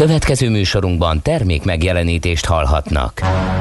Következő műsorunkban termék megjelenítést hallhatnak.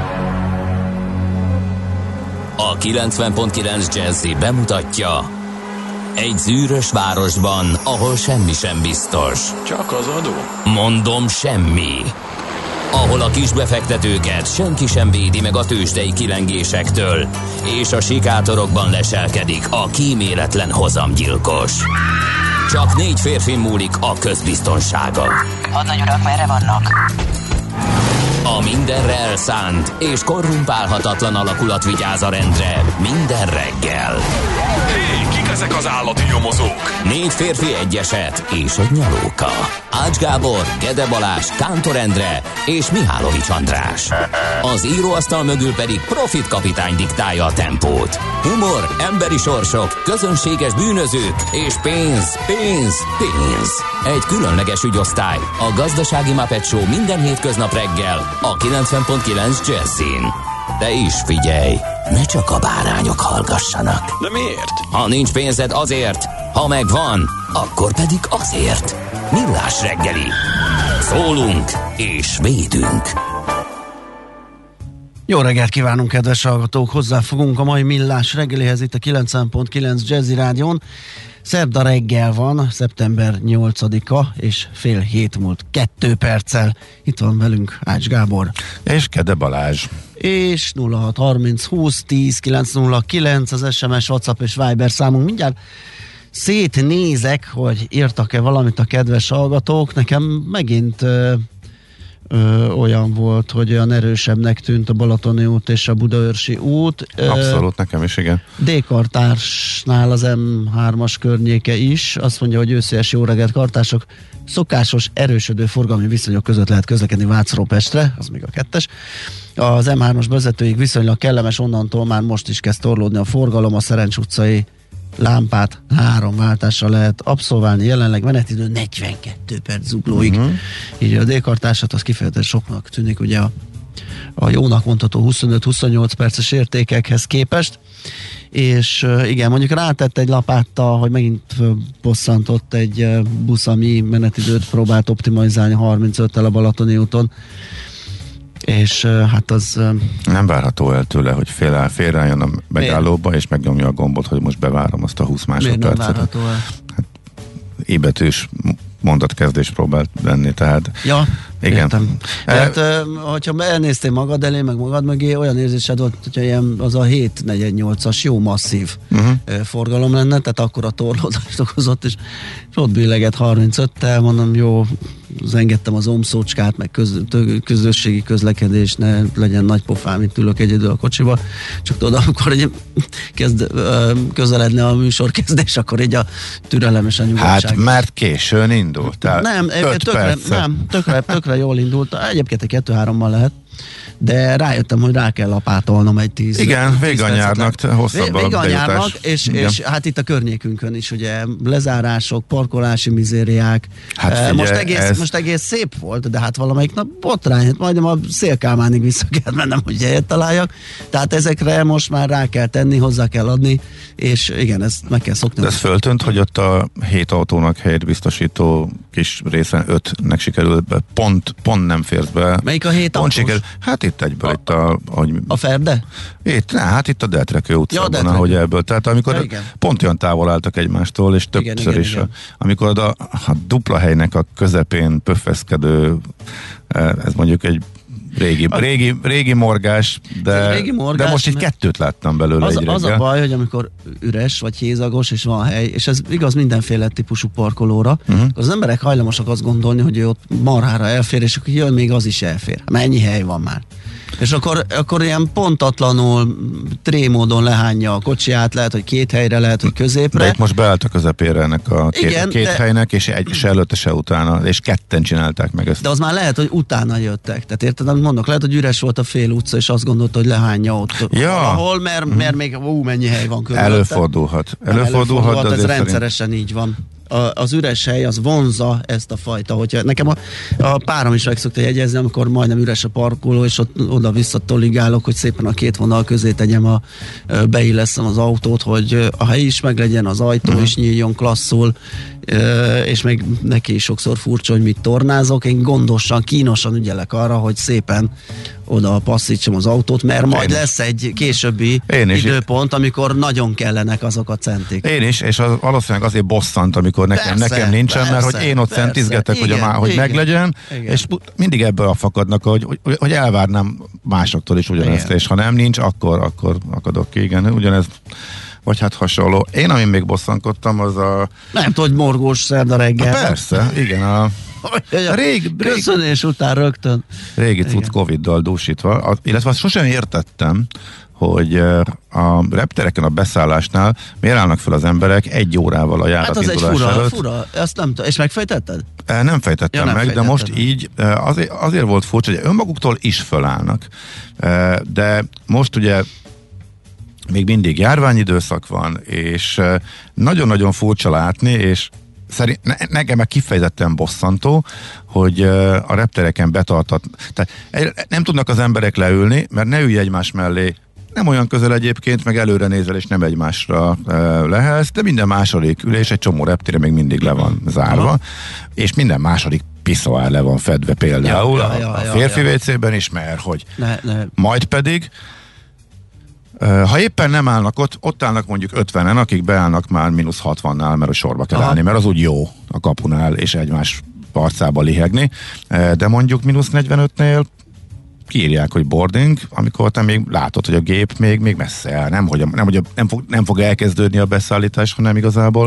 A 90.9 Jazzy bemutatja: egy zűrös városban, ahol semmi sem biztos. Csak az adó? Mondom, semmi. Ahol a kisbefektetőket senki sem védi meg a tőzsdei kilengésektől, és a sikátorokban leselkedik a kíméletlen hozamgyilkos. Csak 4 férfin múlik a közbiztonsága. Hadnagy urak, merre vannak? A mindenre elszánt és korrumpálhatatlan alakulat vigyáz a rendre minden reggel. Hé, kik ezek az állati nyomozók? 4 férfi, egy eset és egy nyalóka. Ács Gábor, Gede Balázs, Kántor Endre és Mihálovics András. Az íróasztal mögül pedig Profit kapitány diktálja a tempót. Humor, emberi sorsok, közönséges bűnözők és pénz, pénz, pénz. Egy különleges ügyosztály, a Gazdasági Muppet Show minden hétköznap reggel a 90.9 Jazzyn. De is figyelj, ne csak a bárányok hallgassanak. De miért? Ha nincs pénzed, azért, ha megvan, akkor pedig azért. Millás reggeli. Szólunk és védünk. Jó reggelt kívánunk, kedves hallgatók! Hozzáfogunk a mai Millás reggelihez itt a 90.9 Jazzy Rádión. Szerda reggel van, szeptember 8-a, és fél hét múlt 2 perccel. Itt van velünk Ács Gábor. És Kede Balázs. És 0630 20 10 909 az SMS, WhatsApp és Viber számunk. Mindjárt szétnézek, hogy írtak-e valamit a kedves hallgatók. Nekem megint olyan volt, hogy olyan erősebbnek tűnt a Balatoni út és a Budaörsi út. Abszolút, nekem is, igen. D-kartársnál az M3-as környéke is. Azt mondja, hogy őszies jó reggelt kartások. Szokásos, erősödő forgalmi viszonyok között lehet közlekedni Vácról Pestre, az még a 2-es. Az M3-as vezetőig viszonylag kellemes, onnantól már most is kezd torlódni a forgalom, a Szerencs utcai lámpát 3 váltásra lehet abszolválni, jelenleg menetidő 42 perc zuglóig. Így a D-kartásat az kifejezetten soknak tűnik, ugye a jónak mondható 25-28 perces értékekhez képest, és igen, mondjuk rátett egy lapáttal, hogy megint bosszantott egy busz, ami menetidőt próbált optimalizálni 35-tel a Balatoni úton, és hát az... Nem várható el tőle, hogy félreálljon a megállóba, és megnyomja a gombot, hogy most bevárom azt a 20 másodpercet. Miért nem várható el? Hát, ébetűs mondatkezdés próbált lenni, tehát... Ja, igen. Értem. Tehát, hogyha elnéztél magad elé, meg magad mögé, olyan érzésed volt, hogyha ilyen az a 7-4-8-as jó masszív forgalom lenne, tehát akkor a torlódást okozott, és ott billegett 35-tel, mondom, jó, engedtem az omszócskát, meg közösségi közlekedés, ne legyen nagy pofám, itt ülök egyedül a kocsiba, csak tudod, amikor kezd közeledne a műsorkezdés, akkor így a türelmes nyugodtság. Hát, mert későn indultál. Nem, tökre jól indult. Egyébként egy 2-3-mal lehet, de rájöttem, hogy rá kell lapátolnom egy 10. Igen, vége a nyárnak, hosszabb a bejutás. És hát itt a környékünkön is ugye lezárások, parkolási mizériák. Hát most egész szép volt, de hát valamelyik nap botrány, hát majdnem a Szélkálmánig vissza kell mennem, hogy helyet találjak. Tehát ezekre most már rá kell tenni, hozzá kell adni, és igen, ezt meg kell szokni. De ez föltűnt, hogy ott a 7 autónak helyet biztosító kis részen 5-nek sikerült be, pont nem férsz be. Melyik a 7 autós? Hát itt egyből, a Ferde? Itt a Deltrekő utcában, ahogy ebből. Tehát amikor pont olyan távol álltak egymástól, és többször is. Igen. Amikor a dupla helynek a közepén pöffeszkedő, ez mondjuk egy régi morgás, de most így 2 láttam belőle egy reggel. Az a baj, hogy amikor üres vagy hézagos, és van hely, és ez igaz mindenféle típusú parkolóra, az emberek hajlamosak azt gondolni, hogy ő ott marhára elfér, és akkor jön, még az is elfér. Mennyi hely van már? És akkor ilyen pontatlanul, trémódon lehányja a kocsiját, lehet, hogy 2 helyre, lehet, hogy középre. De itt most beállt a közepére ennek a két helynek, és se előtte, se utána, és 2 csinálták meg ezt. De az már lehet, hogy utána jöttek. Tehát érted, amit mondok, lehet, hogy üres volt a fél utca, és azt gondolta, hogy lehányja ott valahol, mert még mennyi hely van körülötte. Előfordulhat, de ez rendszeresen így van. Az üres hely az vonzza ezt a fajta, hogyha nekem a párom is meg szokta jegyezni, amikor majdnem üres a parkoló, és ott oda-vissza toligálok, hogy szépen a 2 vonal közé tegyem beilleszem az autót, hogy a hely is meglegyen, az ajtó is nyíljon klasszul, és még neki is sokszor furcsa, hogy mit tornázok. Én gondosan, kínosan ügyelek arra, hogy szépen oda passzítsam az autót, mert majd lesz egy későbbi időpont, amikor nagyon kellenek azok a centik. Én is, és valószínűleg azért bosszant, amikor nekem nincsen, mert hogy én ott centizgetek, hogy meglegyen, és mindig ebből fakadnak, hogy elvárnám másoktól is ugyanezt, és ha nem nincs, akkor akadok ki, igen, ugyanez, vagy hát hasonló. Én, amin még bosszankodtam, az a... Nem tudod, morgós szerda reggel. Persze, igen, a köszönés után rögtön. Régi cucc Covid-dal dúsítva, illetve azt sosem értettem, hogy a reptereken a beszállásnál miért állnak fel az emberek 1 órával a járatindulás előtt. Hát az egy fura, ezt nem és megfejtetted? Nem fejtettem meg, de most így azért volt furcsa, hogy önmaguktól is fölállnak. De most ugye még mindig járványidőszak van, és nagyon-nagyon furcsa látni, és nekem meg kifejezetten bosszantó, hogy a reptereken betartat. Tehát nem tudnak az emberek leülni, mert ne ülj egymás mellé, nem olyan közel egyébként, meg előre nézel, és nem egymásra lehelsz, de minden második ülés, egy csomó reptére még mindig le van zárva, és minden második piszoár le van fedve például a férfi WC-ben is, mert hogy majd pedig ha éppen nem állnak ott állnak mondjuk 50-en, akik beállnak már -60-nál, mert a sorba kell állni, mert az úgy jó a kapunál, és egymás arcába lihegni, de mondjuk -45-nél kiírják, hogy boarding, amikor te még látod, hogy a gép még messze el, nem fog elkezdődni a beszállítás, hanem igazából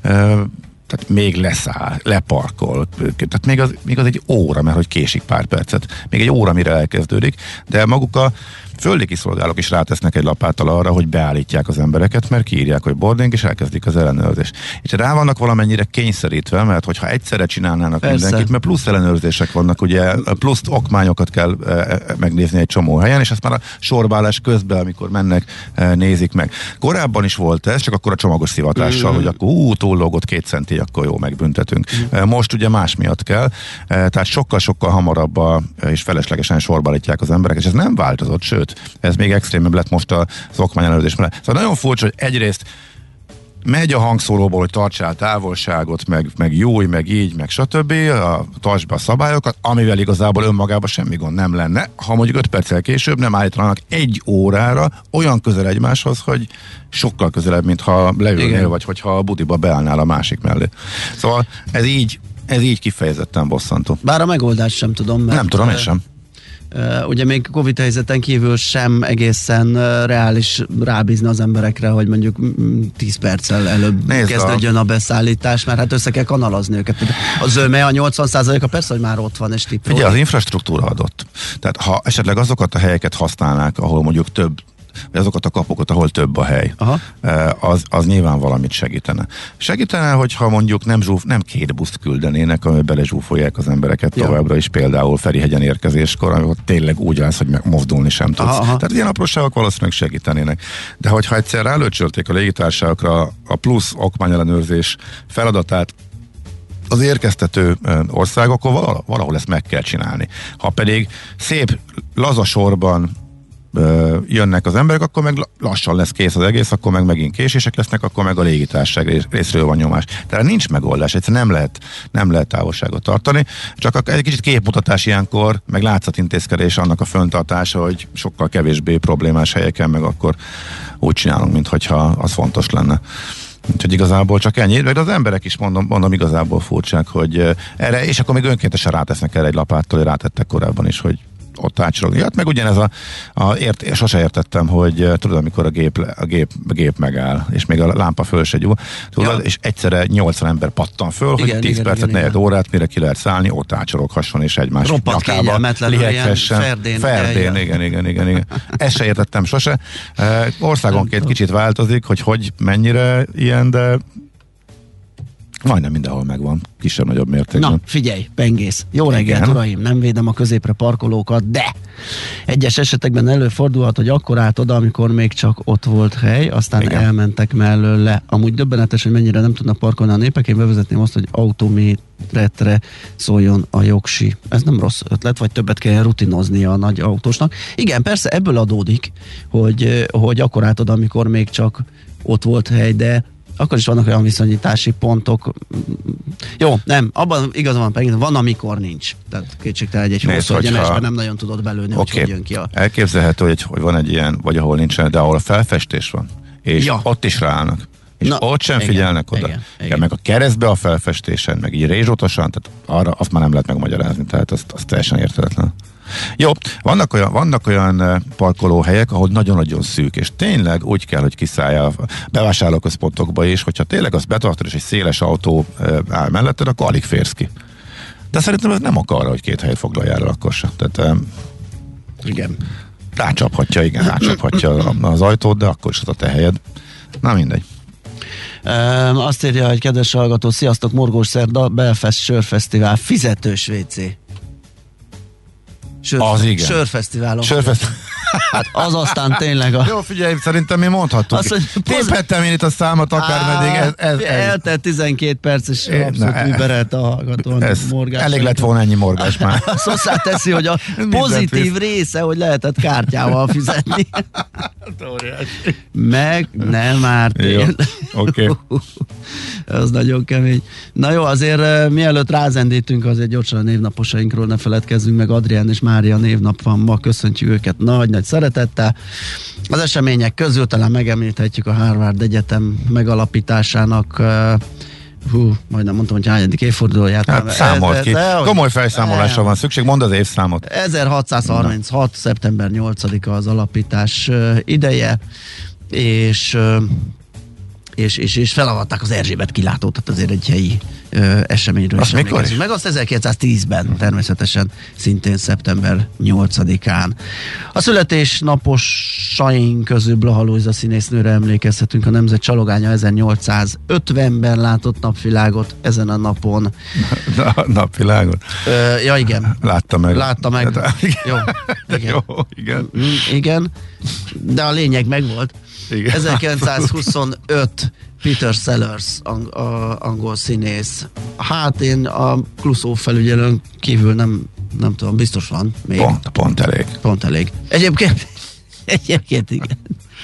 tehát még leszáll, leparkol, tehát még az egy óra, mert hogy késik pár percet, még egy óra, mire elkezdődik, de maguk a földi szolgálók is rátesznek egy lapáttal arra, hogy beállítják az embereket, mert kiírják, hogy boarding, és elkezdik az ellenőrzést. És rá vannak valamennyire kényszerítve, mert hogyha egyszerre csinálnának mindenkit, mert plusz ellenőrzések vannak, ugye plusz okmányokat kell megnézni egy csomó helyen, és ezt már a sorbálás közben, amikor mennek, nézik meg. Korábban is volt ez, csak akkor a csomagos szivatással, hogy akkor túllógott 2 centi, akkor jó, megbüntetünk. Most ugye más miatt kell, tehát sokkal-sokkal hamarabb és feleslegesen sorbálítják az emberek, és ez nem változott, sőt, ez még extrémebb lett most az okmányellenőrzés mellett. Szóval nagyon furcsa, hogy egyrészt megy a hangszóróból, hogy tartsál távolságot, meg júj, meg így, meg stb. Tartsd be a szabályokat, amivel igazából önmagában semmi gond nem lenne, ha mondjuk 5 perccel később nem állítanak 1 órára olyan közel egymáshoz, hogy sokkal közelebb, mint ha leülnél, vagy hogyha a budiba beállnál a másik mellé. Szóval ez így kifejezetten bosszantó. Bár a megoldást sem tudom. Nem tudom, én sem. Ugye még Covid helyzeten kívül sem egészen reális rábízni az emberekre, hogy mondjuk 10 perccel előbb kezdődjön a beszállítás, mert hát össze kell kanalazni őket. A zöme, a 80%-a persze, hogy már ott van, és tippol. Ugye az infrastruktúra adott. Tehát ha esetleg azokat a helyeket használnák, ahol mondjuk több, vagy azokat a kapukat, ahol több a hely, az nyilván valamit segítene. Segítene, hogyha mondjuk nem 2 buszt küldenének, amivel belezsúfolják az embereket továbbra is, például Ferihegyen érkezéskor, amikor tényleg úgy állsz, hogy mozdulni sem tudsz. Tehát ilyen apróságok valószínűleg segítenének. De hogyha egyszer rálőcsölték a légitársaságokra a plusz okmányellenőrzés feladatát az érkeztető országokon, valahol ezt meg kell csinálni. Ha pedig szép, laza sorban jönnek az emberek, akkor meg lassan lesz kész az egész, akkor meg megint késések lesznek, akkor meg a légitársaság részről van nyomás. Tehát nincs megoldás, egyszerűen nem lehet távolságot tartani, csak egy kicsit képmutatás ilyenkor, meg látszatintézkedés annak a föntartása, hogy sokkal kevésbé problémás helyeken, meg akkor úgy csinálunk, mintha az fontos lenne. Úgyhogy igazából csak ennyi, de az emberek is mondom igazából furcsák, hogy erre, és akkor még önkéntesen rátesznek erre egy lapáttal, hogy rátettek korábban is, hogy ott átcsorogni. Hát meg ugyanez sose értettem, hogy tudod, amikor a gép megáll, és még a lámpa föl se gyúl, tudod, és egyszerre 80 ember pattan föl, hogy 10 percet, 4 órát, mire ki lehet szállni, ott átcsoroghasson, és egymás nyakába liheghessen. Ferdén, igen. Ezt se értettem sose. Országonként kicsit változik, hogy mennyire ilyen, de majdnem mindenhol megvan, kisebb-nagyobb mértékben. Na, figyelj, pengész. Jó reggelt, uraim, nem védem a középre parkolókat, de egyes esetekben előfordulhat, hogy akkor állt oda, amikor még csak ott volt hely, aztán elmentek mellőle. Amúgy döbbenetes, hogy mennyire nem tudnak parkolni a népek, én bevezetném azt, hogy automéretre szóljon a jogsi. Ez nem rossz ötlet, vagy többet kell rutinoznia a nagy autósnak. Igen, persze ebből adódik, hogy akkor állt oda, amikor még csak ott volt hely, de akkor is vannak olyan viszonyítási pontok. Jó, nem, abban igazán van, amikor nincs. Tehát kétségtelen egy hosszú egyenesben nem nagyon tudod belőni, hogy jön ki a... Elképzelhető, hogy van egy ilyen, vagy ahol nincsen, de ahol a felfestés van, és ott is ráállnak. És ott sem figyelnek oda. Igen. Meg a keresztbe a felfestésen, meg így rézsotosan, tehát arra azt már nem lehet megmagyarázni, tehát azt teljesen érthetetlen. Jó, vannak olyan parkolóhelyek, ahol nagyon-nagyon szűk, és tényleg úgy kell, hogy kiszállja a bevásárlóközpontokba is, hogyha tényleg azt betartod, és egy széles autó áll melletted, akkor alig férsz ki. De szerintem ez nem akar, hogy két helyet foglaljál el akkor se. Tehát, igen. Rácsaphatja az ajtót, de akkor is az a te helyed. Na mindegy. Azt írja, hogy kedves hallgató, sziasztok, morgós szerda, Belfast Sörfesztivál, fizetős WC. Az igen. Sörfesztiválon. Hát az aztán tényleg Jó, figyelj, szerintem mi mondhattuk. Képhettem én itt a számot akármeddig. Eltelt 12 perc, és abszolút überelt a hallgatón morgás. Elég lett volna ennyi morgás már. Azt hozzáteszi, hogy a pozitív része, hogy lehetett kártyával fizetni. Meg nem már tényleg. Oké. Ez nagyon kemény. Na jó, azért mielőtt rázendítünk, azért gyorsan a névnaposainkról ne feledkezzünk meg. Adrián és Mária névnap van ma, köszöntjük őket nagy szeretettel. Az események közül talán megemlíthetjük a Harvard Egyetem megalapításának majdnem mondtam, hogy hányadik évfordulóját. Hát számolt ki. Komoly felszámolásra van szükség, mondd az évszámot. 1636. szeptember 8-a az alapítás ideje, és felavatták az Erzsébet kilátót, tehát azért egy helyi eseményről is emlékezünk. Meg azt 1910-ben, természetesen szintén szeptember 8-án. A születésnaposaink közül Blaha Lujza színésznőre emlékezhetünk, a nemzet csalogánya 1850-ben látott napvilágot ezen a napon. Napvilágot? Ja, igen. Látta meg. Jó, igen. Jó, igen. Igen, de a lényeg megvolt. Igen. 1925 Peter Sellers, angol színész. Hát én a Clouseau felügyelőn kívül nem tudom, biztos van még. Pont elég. Egyébként igen.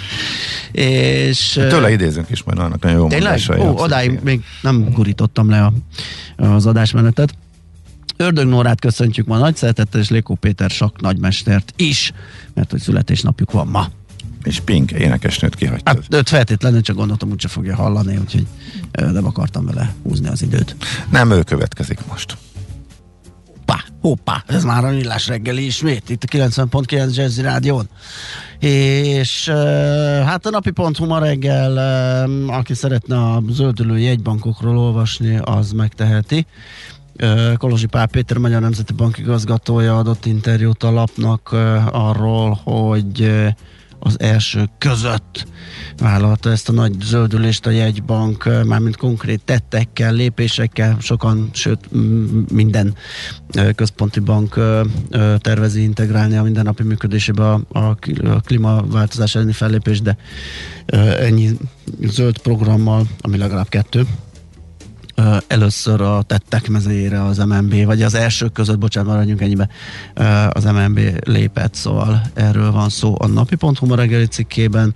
És tőle idézünk is majd annak nagyon jó mondásai. Odáig még nem gurítottam le az adásmenetet. Ördög Nórát köszöntjük ma nagy szeretettel, és Lékó Péter sakk nagymestert is, mert hogy születésnapjuk van ma. És Pink énekesnőt kihagytad. Hát őt feltétlenül csak gondoltam, úgyse fogja hallani, úgyhogy nem akartam vele húzni az időt. Nem, ő következik most. Hoppá, ez már a Millás reggeli ismét, itt a 90.9 Jazzy Rádión. És hát a napi.hu ma reggel, aki szeretne a zöldülő jegybankokról olvasni, az megteheti. Kolozsi Pál Péter, Magyar Nemzeti Bank igazgatója adott interjút a lapnak arról, hogy az első között vállalta ezt a nagy zöldülést a jegybank, mármint konkrét tettekkel, lépésekkel, sokan, sőt minden központi bank tervezi integrálni a mindennapi működésébe a klímaváltozás elleni fellépés, de ennyi zöld programmal, ami legalább 2, először a tettek mezejére az MNB, vagy az elsők között, bocsánat, maradjunk ennyibe, az MNB lépett, szóval erről van szó a napi.hu ma reggeli cikkében.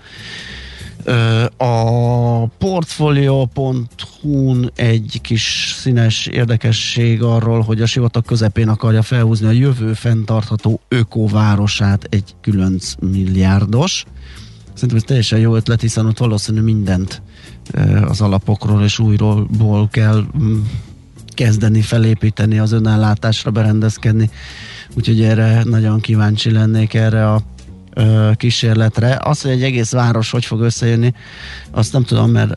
A Portfolio.hu-n egy kis színes érdekesség arról, hogy a sivatag közepén akarja felhúzni a jövő fenntartható ökovárosát, egy külön milliárdos. Szerintem ez teljesen jó ötlet, hiszen ott valószínű mindent az alapokról és újról kell kezdeni, felépíteni, az önellátásra berendezkedni. Úgyhogy erre nagyon kíváncsi lennék, erre a kísérletre. Az, hogy egy egész város hogy fog összejönni, azt nem tudom, mert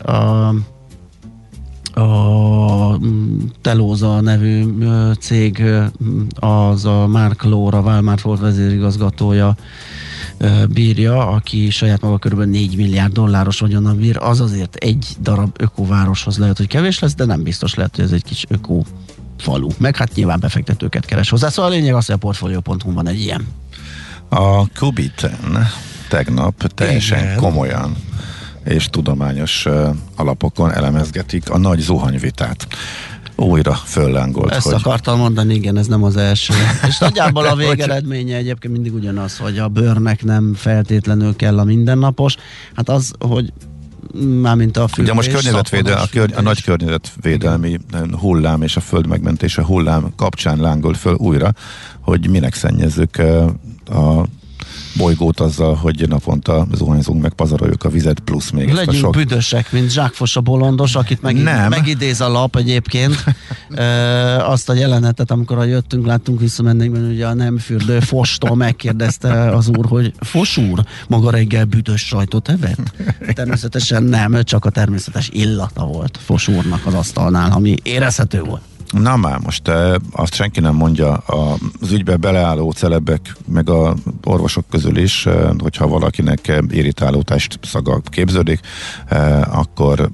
a Telóza nevű cég, az a Mark Lóra, Walmart volt vezérigazgatója bírja, aki saját maga körülbelül 4 milliárd dolláros vagyonnal bír, az azért egy darab ökovároshoz lehet, hogy kevés lesz, de nem biztos, lehet, hogy ez egy kis öko falu. Meg hát nyilván befektetőket keres hozzá. Szóval a lényeg az, hogy a Portfolio.hu van egy ilyen. A Kubiten tegnap teljesen komolyan és tudományos alapokon elemezgetik a nagy zuhanyvitát. Újra föllángolt. Ezt akartam mondani, igen, ez nem az első. És nagyjából a végeredménye egyébként mindig ugyanaz, hogy a bőrnek nem feltétlenül kell a mindennapos. Hát az, hogy mármint a ugye most a nagy környezetvédelmi hullám és a föld megmentése hullám kapcsán lángol föl újra, hogy minek szennyezzük a bolygót azzal, hogy naponta zuhanyzunk, meg pazaroljuk a vizet, plusz még legyünk ezt a sok... büdösek, mint Zsákfos a bolondos, akit megidéz a lap egyébként. Azt a jelenetet, amikor jöttünk, láttunk visszamennégben, ugye a nem fürdő Fostól megkérdezte az úr, hogy Fos úr, maga reggel büdös sajtot evett? Természetesen nem, csak a természetes illata volt Fos úrnak az asztalnál, ami érezhető volt. Na már most azt senki nem mondja az ügybe beleálló celebek, meg a orvosok közül is, hogyha valakinek irritáló testszaga képződik, akkor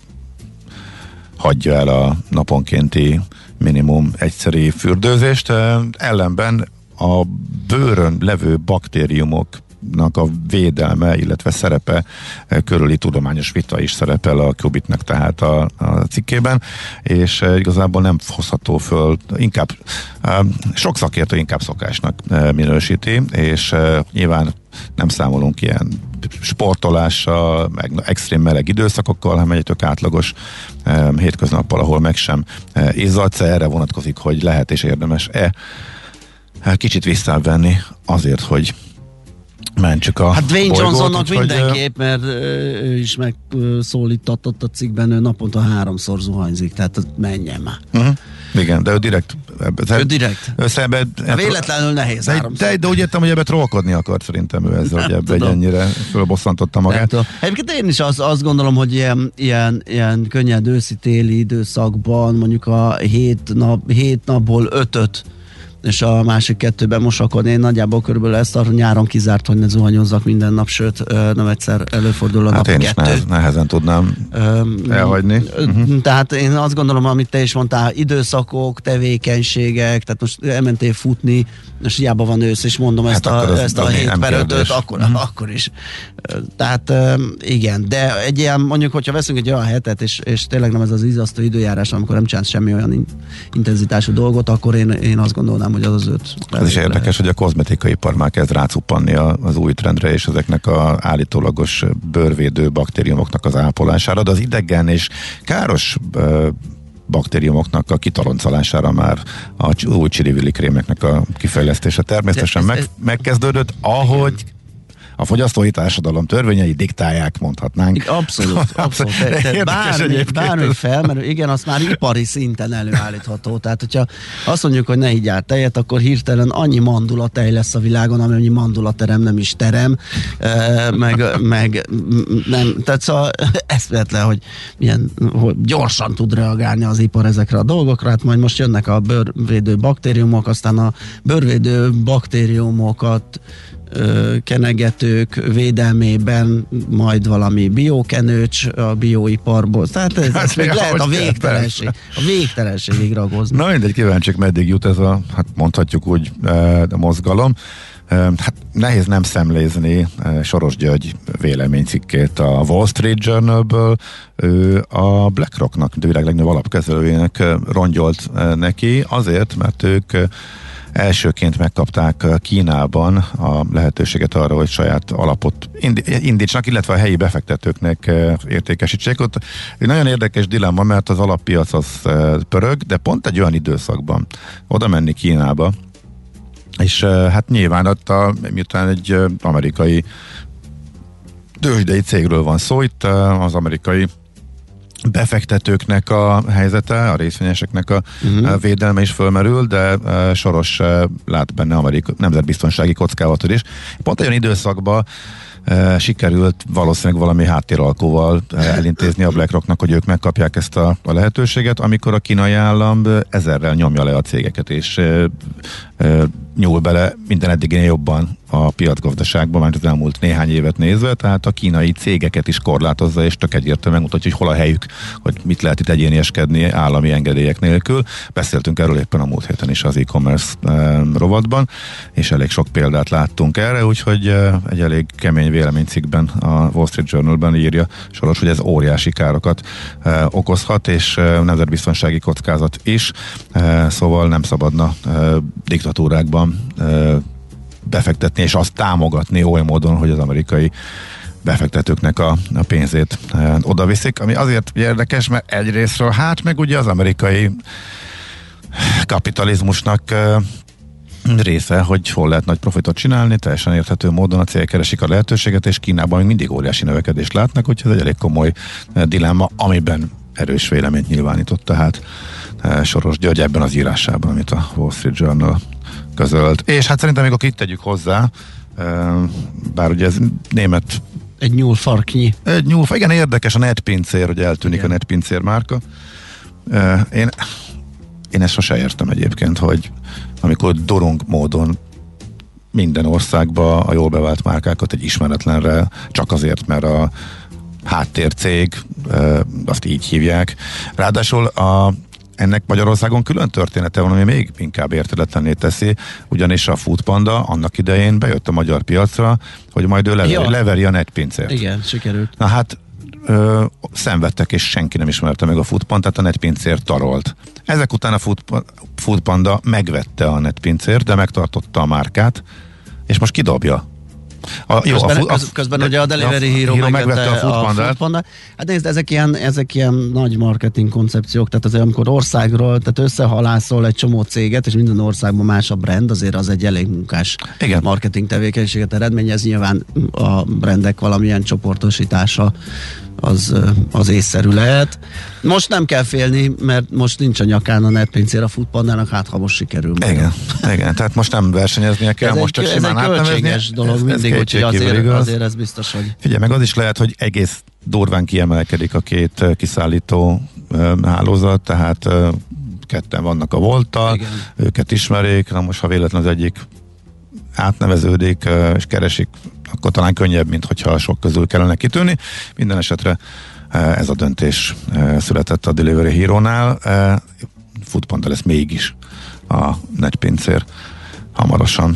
hagyja el a naponkénti minimum egyszeri fürdőzést. Ellenben a bőrön levő baktériumok a védelme, illetve szerepe körüli tudományos vita is szerepel a Qubitnek tehát a cikkében, és igazából nem hozható föl, inkább sok szakértő inkább szokásnak minősíti, és nyilván nem számolunk ilyen sportolással, meg extrém meleg időszakokkal, hanem egy tök átlagos hétköznappal, ahol meg sem izzadsz, erre vonatkozik, hogy lehet és érdemes-e kicsit visszavenni azért, hogy mentsük a hát Dwayne Johnsonnak mindenképp, mert ő is megszólítatott a cikkben, ő naponta 3-szor zuhanyzik, tehát menjen már. Igen, de ő direkt... Véletlenül nehéz 3-szor. De úgy értem, hogy ebbe trollkodni akart szerintem ő ezzel, hogy ebbe ennyire fölbosszantotta magát. Egyébként én is azt gondolom, hogy ilyen könnyed őszi-téli időszakban mondjuk a 7 napból 5-öt és a másik 2-ben mosakodni. Én nagyjából körülbelül ezt a nyáron kizárt, hogy ne zuhanyozzak minden nap, sőt, nem egyszer előfordul a nap 2. Hát én is nehezen tudnám elhagyni. Tehát én azt gondolom, amit te is mondtál, időszakok, tevékenységek, tehát most elmentél futni, és hiába van ősz, és mondom ezt a 7/5-öt, akkor is. Tehát igen, de egy ilyen, mondjuk, hogyha veszünk egy olyan hetet, és tényleg nem ez az izzasztó időjárás, amikor nem csinálsz semmi olyan intenzitású dolgot, akkor én azt gondolnám, hogy az 5. Ez is érdekes, hogy a kozmetikai ipar már kezd rácuppanni az új trendre, és ezeknek az állítólagos bőrvédő baktériumoknak az ápolására, de az idegen és káros baktériumoknak a kitaloncolására már a új csili-vili krémeknek a kifejlesztése természetesen megkezdődött, ahogy a fogyasztói társadalom törvényei diktálják, mondhatnánk. Abszolút. Bármi felmerül, igen, azt már ipari szinten előállítható. Tehát, hogyha azt mondjuk, hogy ne higgyál tejet, akkor hirtelen annyi mandulatej lesz a világon, amennyi mandulaterem nem is terem, meg nem. Tehát szóval eszméletlen, hogy hogy gyorsan tud reagálni az ipar ezekre a dolgokra. Hát majd most jönnek a bőrvédő baktériumok, aztán a bőrvédő baktériumokat kenegetők védelmében majd valami biokenőcs a bioiparból. Tehát ez még lehet a végtelenségig ragozni. Na mindegy, kíváncsiak, meddig jut ez a, hát mondhatjuk úgy, a mozgalom. Hát nehéz nem szemlézni Soros György véleménycikkét a Wall Street Journalből. Ő a BlackRocknak, a világ legnagyobb alapkezelőjének rongyolt neki, azért, mert ők elsőként megkapták Kínában a lehetőséget arra, hogy saját alapot indítsanak, illetve a helyi befektetőknek értékesítsék. Ott egy nagyon érdekes dilemma, mert az alappiac az pörög, de pont egy olyan időszakban oda menni Kínába, és hát nyilván ott miután egy amerikai tőzsdei cégről van szó, itt az amerikai befektetőknek a helyzete, a részvényeseknek a védelme is fölmerül, de Soros lát benne amerikai nemzetbiztonsági kockázatot is. Pont egy olyan időszakban sikerült valószínűleg valami háttéralkóval elintézni a BlackRocknak, hogy ők megkapják ezt a lehetőséget, amikor a kínai állam ezerrel nyomja le a cégeket, és nyúl bele minden eddiginél jobban a piacgazdaságban, már az elmúlt néhány évet nézve, tehát a kínai cégeket is korlátozza, és tök egyértelműen megmutatja, hogy hol a helyük, hogy mit lehet itt egyénieskedni állami engedélyek nélkül. Beszéltünk erről éppen a múlt héten is az e-commerce rovatban, és elég sok példát láttunk erre, úgyhogy egy elég kemény véleménycikkben a Wall Street Journalben írja Soros, hogy ez óriási károkat okozhat, és nemzetbiztonsági kockázat is, szóval nem szabadna diktatúrákban befektetni és azt támogatni oly módon, hogy az amerikai befektetőknek a pénzét oda viszik, ami azért érdekes, mert egyrésztről hát meg ugye az amerikai kapitalizmusnak része, hogy hol lehet nagy profitot csinálni, teljesen érthető módon a cégek keresik a lehetőséget, és Kínában még mindig óriási növekedést látnak, úgyhogy ez egy elég komoly dilemma, amiben erős véleményt nyilvánított tehát Soros György ebben az írásában, amit a Wall Street Journal közölt. És hát szerintem még itt tegyük hozzá, bár ugye ez német egy nyúlfarknyi. Igen, érdekes a netpincér, hogy eltűnik igen. A netpincér márka. Én ezt sose értem egyébként, hogy amikor dorong módon minden országba a jól bevált márkákat egy ismeretlenre, csak azért, mert a háttércég, azt így hívják. Ráadásul ennek Magyarországon külön története van, ami még inkább érthetetlenné teszi, ugyanis a Foodpanda annak idején bejött a magyar piacra, hogy majd ő leveri a netpincért. Igen, sikerült. Na hát szenvedtek, és senki nem ismerte meg a Foodpandát, a netpincért tarolt. Ezek után a Foodpanda megvette a netpincért, de megtartotta a márkát, és most kidobja. Közben ugye a Delivery Hero megvette a Foodpanda. Hát nézd, ezek ilyen nagy marketing koncepciók, tehát azért amikor országról, tehát összehalászol egy csomó céget, és minden országban más a brand, azért az egy elég munkás igen. Marketing tevékenységet eredményez. Nyilván a brandek valamilyen csoportosítása az észszerű lehet. Most nem kell félni, mert most nincs a nyakán a netpincér a Foodpandának, hát ha most sikerül. Igen, tehát most nem versenyeznie kell, most csak simán átnevezni. Ez egy költséges dolog mindig, úgyhogy azért ez biztos, hogy... Figyelj, meg az is lehet, hogy egész durván kiemelkedik a két kiszállító hálózat, tehát ketten vannak a Volttal, őket ismerik, na most ha véletlenül az egyik átneveződik és keresik, akkor talán könnyebb, mint hogyha sok közül kellene kitűnni. Minden esetre ez a döntés született a Delivery Hero-nál. Foodpanda lesz mégis a netpincér hamarosan.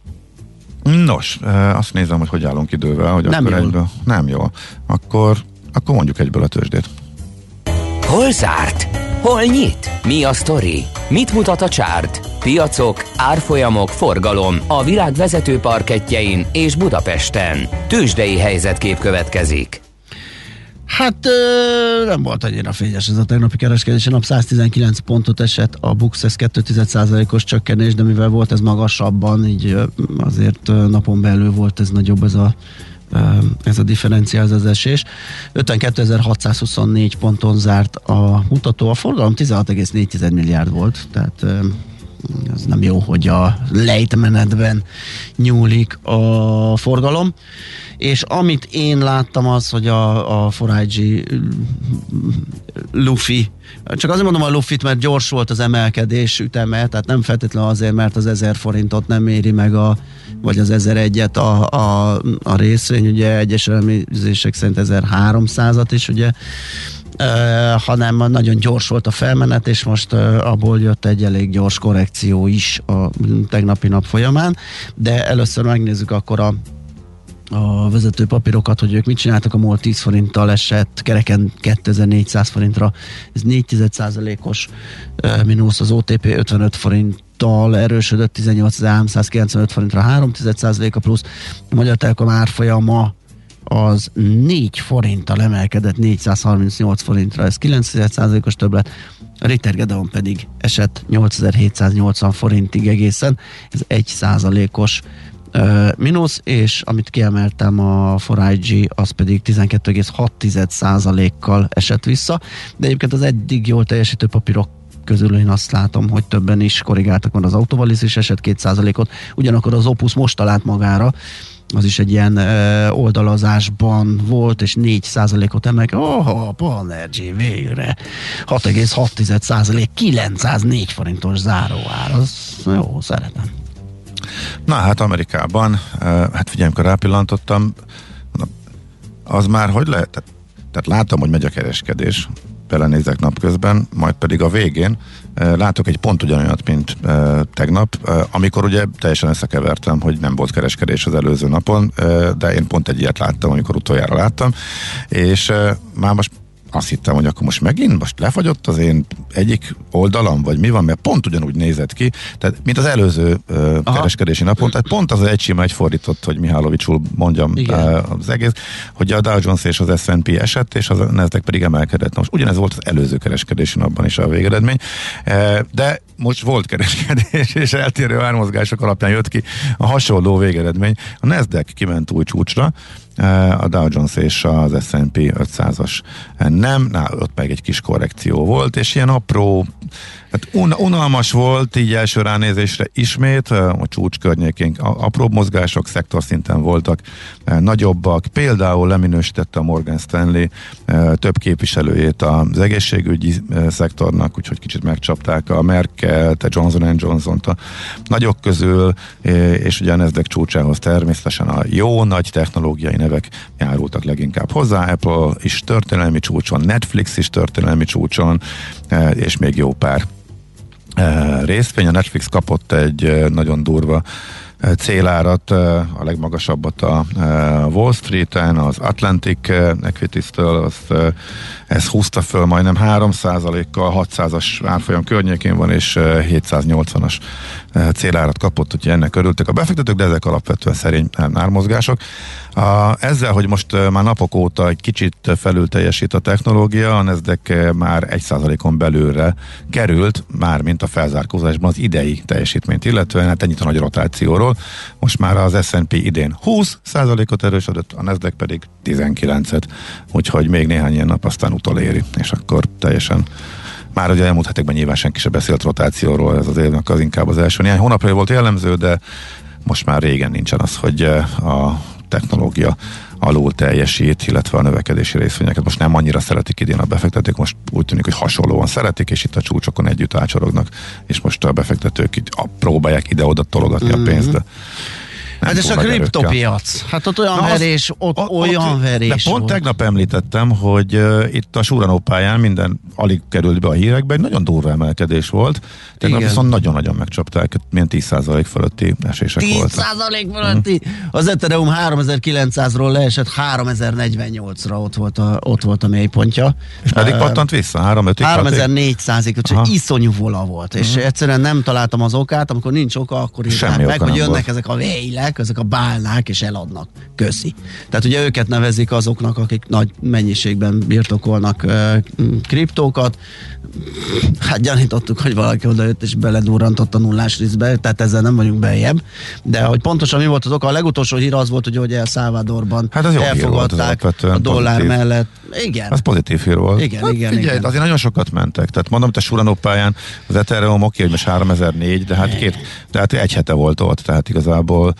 Nos, azt nézem, hogy állunk idővel. Hogy nem akkor jól. Egyből, nem jól. Akkor mondjuk egyből a tőzsdét. Hol zárt? Hol nyit? Mi a sztori? Mit mutat a csárt? Piacok, árfolyamok, forgalom a világ vezető parkettjein és Budapesten. Tőzsdei helyzetkép következik. Hát nem volt annyira fényes ez a tegnapi kereskedés. A nap 119 pontot esett, a Bux ez 2,1%-os csökkenés, de mivel volt ez magasabban, így azért napon belül volt ez nagyobb ez a differencia, ez az esés. 52.624 ponton zárt a mutató. A forgalom 16,4 milliárd volt, tehát ez nem jó, hogy a lejtmenetben nyúlik a forgalom. És amit én láttam az, hogy a 4IG Luffy, csak azért mondom a Luffit, mert gyors volt az emelkedés üteme, tehát nem feltétlenül azért, mert az 1000 forintot nem éri meg vagy az 1001-et a részvény, ugye egyes elemzések szerint 1300-at is, ugye, hanem nagyon gyors volt a felmenet, és most abból jött egy elég gyors korrekció is a tegnapi nap folyamán, de először megnézzük akkor a vezető papírokat, hogy ők mit csináltak. A MOL 10 forinttal esett, kereken 2400 forintra, ez 4,1%-os mínusz, az OTP 55 forinttal erősödött, 18.395 forintra 3,1%-a plusz, a Magyar Telekom árfolyama az 4 forinttal emelkedett 438 forintra, ez 9,1%-os többlet, a Ritter Gedeon pedig esett 8780 forintig egészen, ez 1%-os mínusz, és amit kiemeltem, a 4IG az pedig 12,6%-kal esett vissza, de egyébként az eddig jól teljesítő papírok közül én azt látom, hogy többen is korrigáltak, van az Autovalis is esett 2%-ot, ugyanakkor az Opus most talált magára, az is egy ilyen oldalazásban volt, és 4%-ot emelke. A Panergy végre 6,6%, 904 forintos záróár, az jó, szeretem. Na hát Amerikában, hát figyelj, amikor rápillantottam, az már hogy lehet? Tehát látom, hogy megy a kereskedés, belenézek napközben, majd pedig a végén látok egy pont ugyanolyat, mint tegnap, amikor ugye teljesen összekevertem, hogy nem volt kereskedés az előző napon, de én pont egy ilyet láttam, amikor utoljára láttam, és már most azt hittem, hogy akkor most lefagyott az én egyik oldalam, vagy mi van, mert pont ugyanúgy nézett ki, tehát mint az előző kereskedési napon, tehát pont az egy sima, egy fordított, hogy Mihálovics-ul mondjam az egész, hogy a Dow Jones és az S&P esett, és az Nasdaq pedig emelkedett. Most ugyanez volt az előző kereskedési napban is a végeredmény, de most volt kereskedés, és eltérő ármozgások alapján jött ki a hasonló végeredmény. A Nasdaq kiment új csúcsra, a Dow Jones és az S&P 500-as nem, ott meg egy kis korrekció volt, és ilyen apró, hát unalmas volt így első ránézésre ismét, a csúcs környékén apróbb mozgások szektorszinten voltak nagyobbak, például leminősítette a Morgan Stanley több képviselőjét az egészségügyi szektornak, úgyhogy kicsit megcsapták a Merkelt, a Johnson & Johnson-t a nagyok közül, és ugye a Nasdaq csúcsához természetesen a jó nagy technológiai nevek járultak leginkább hozzá, Apple is történelmi csúcson, Netflix is történelmi csúcson, és még jó pár részvény. A Netflix kapott egy nagyon durva célárat, a legmagasabbat a Wall Street-en, az Atlantic Equities-től, ez húzta föl majdnem 3%-kal, 600-as árfolyam környékén van, és 780-as célárat kapott, úgyhogy ennek örültek a befektetők, de ezek alapvetően szerény ármozgások. Ezzel, hogy most már napok óta egy kicsit felül teljesít a technológia, a Nasdaq már 1%-on belülre került, már mint a felzárkózásban az idei teljesítményt illetően, hát ennyit a nagy rotációról. Most már az S&P idén 20%-ot erősödött, a Nasdaq pedig 19-et, úgyhogy még néhány ilyen nap aztán utoléri, és akkor teljesen már ugye elmúlt hetekben nyilván senki sem beszélt rotációról, ez az évnek az inkább az első néhány hónapra volt jellemző, de most már régen nincsen az, hogy a technológia alul teljesít, illetve a növekedési részvényeket most nem annyira szeretik idén a befektetők, most úgy tűnik, hogy hasonlóan szeretik, és itt a csúcsokon együtt ácsorognak, és most a befektetők itt próbálják ide-oda tologatni a pénzt, de hát ez a kriptopiac. Hát ott olyan verés, olyan verés. De pont tegnap említettem, hogy itt a Surano pályán minden alig került be a hírekbe, egy nagyon durva emelkedés volt. Tegnap viszont nagyon-nagyon megcsapták, milyen 10% fölötti esések voltak. 10% fölötti? Az Ethereum 3900-ról leesett 3048-ra, ott volt a mélypontja. És meddig pattant vissza? 3400-ig, úgyhogy iszonyú vola volt. És egyszerűen nem találtam az okát, amikor nincs oka, akkor írják meg, hogy jönnek ezek a vejlek, ezek a bálnák, és eladnak. Köszi. Tehát ugye őket nevezik azoknak, akik nagy mennyiségben birtokolnak kriptókat. Hát gyanítottuk, hogy valaki odajött és beledurrantott a nullás részbe, tehát ezzel nem vagyunk beljebb. De hogy pontosan mi volt az oka, a legutolsó hír az volt, hogy El Salvadorban elfogadták a dollár pozitív mellett. Igen. Az pozitív hír volt. Igen, hát igen, figyelj, igen. Azért nagyon sokat mentek. Tehát mondom, te Surano pályán az Ethereum oké, hogy most 3004, de hát egy hete volt ott, tehát igazából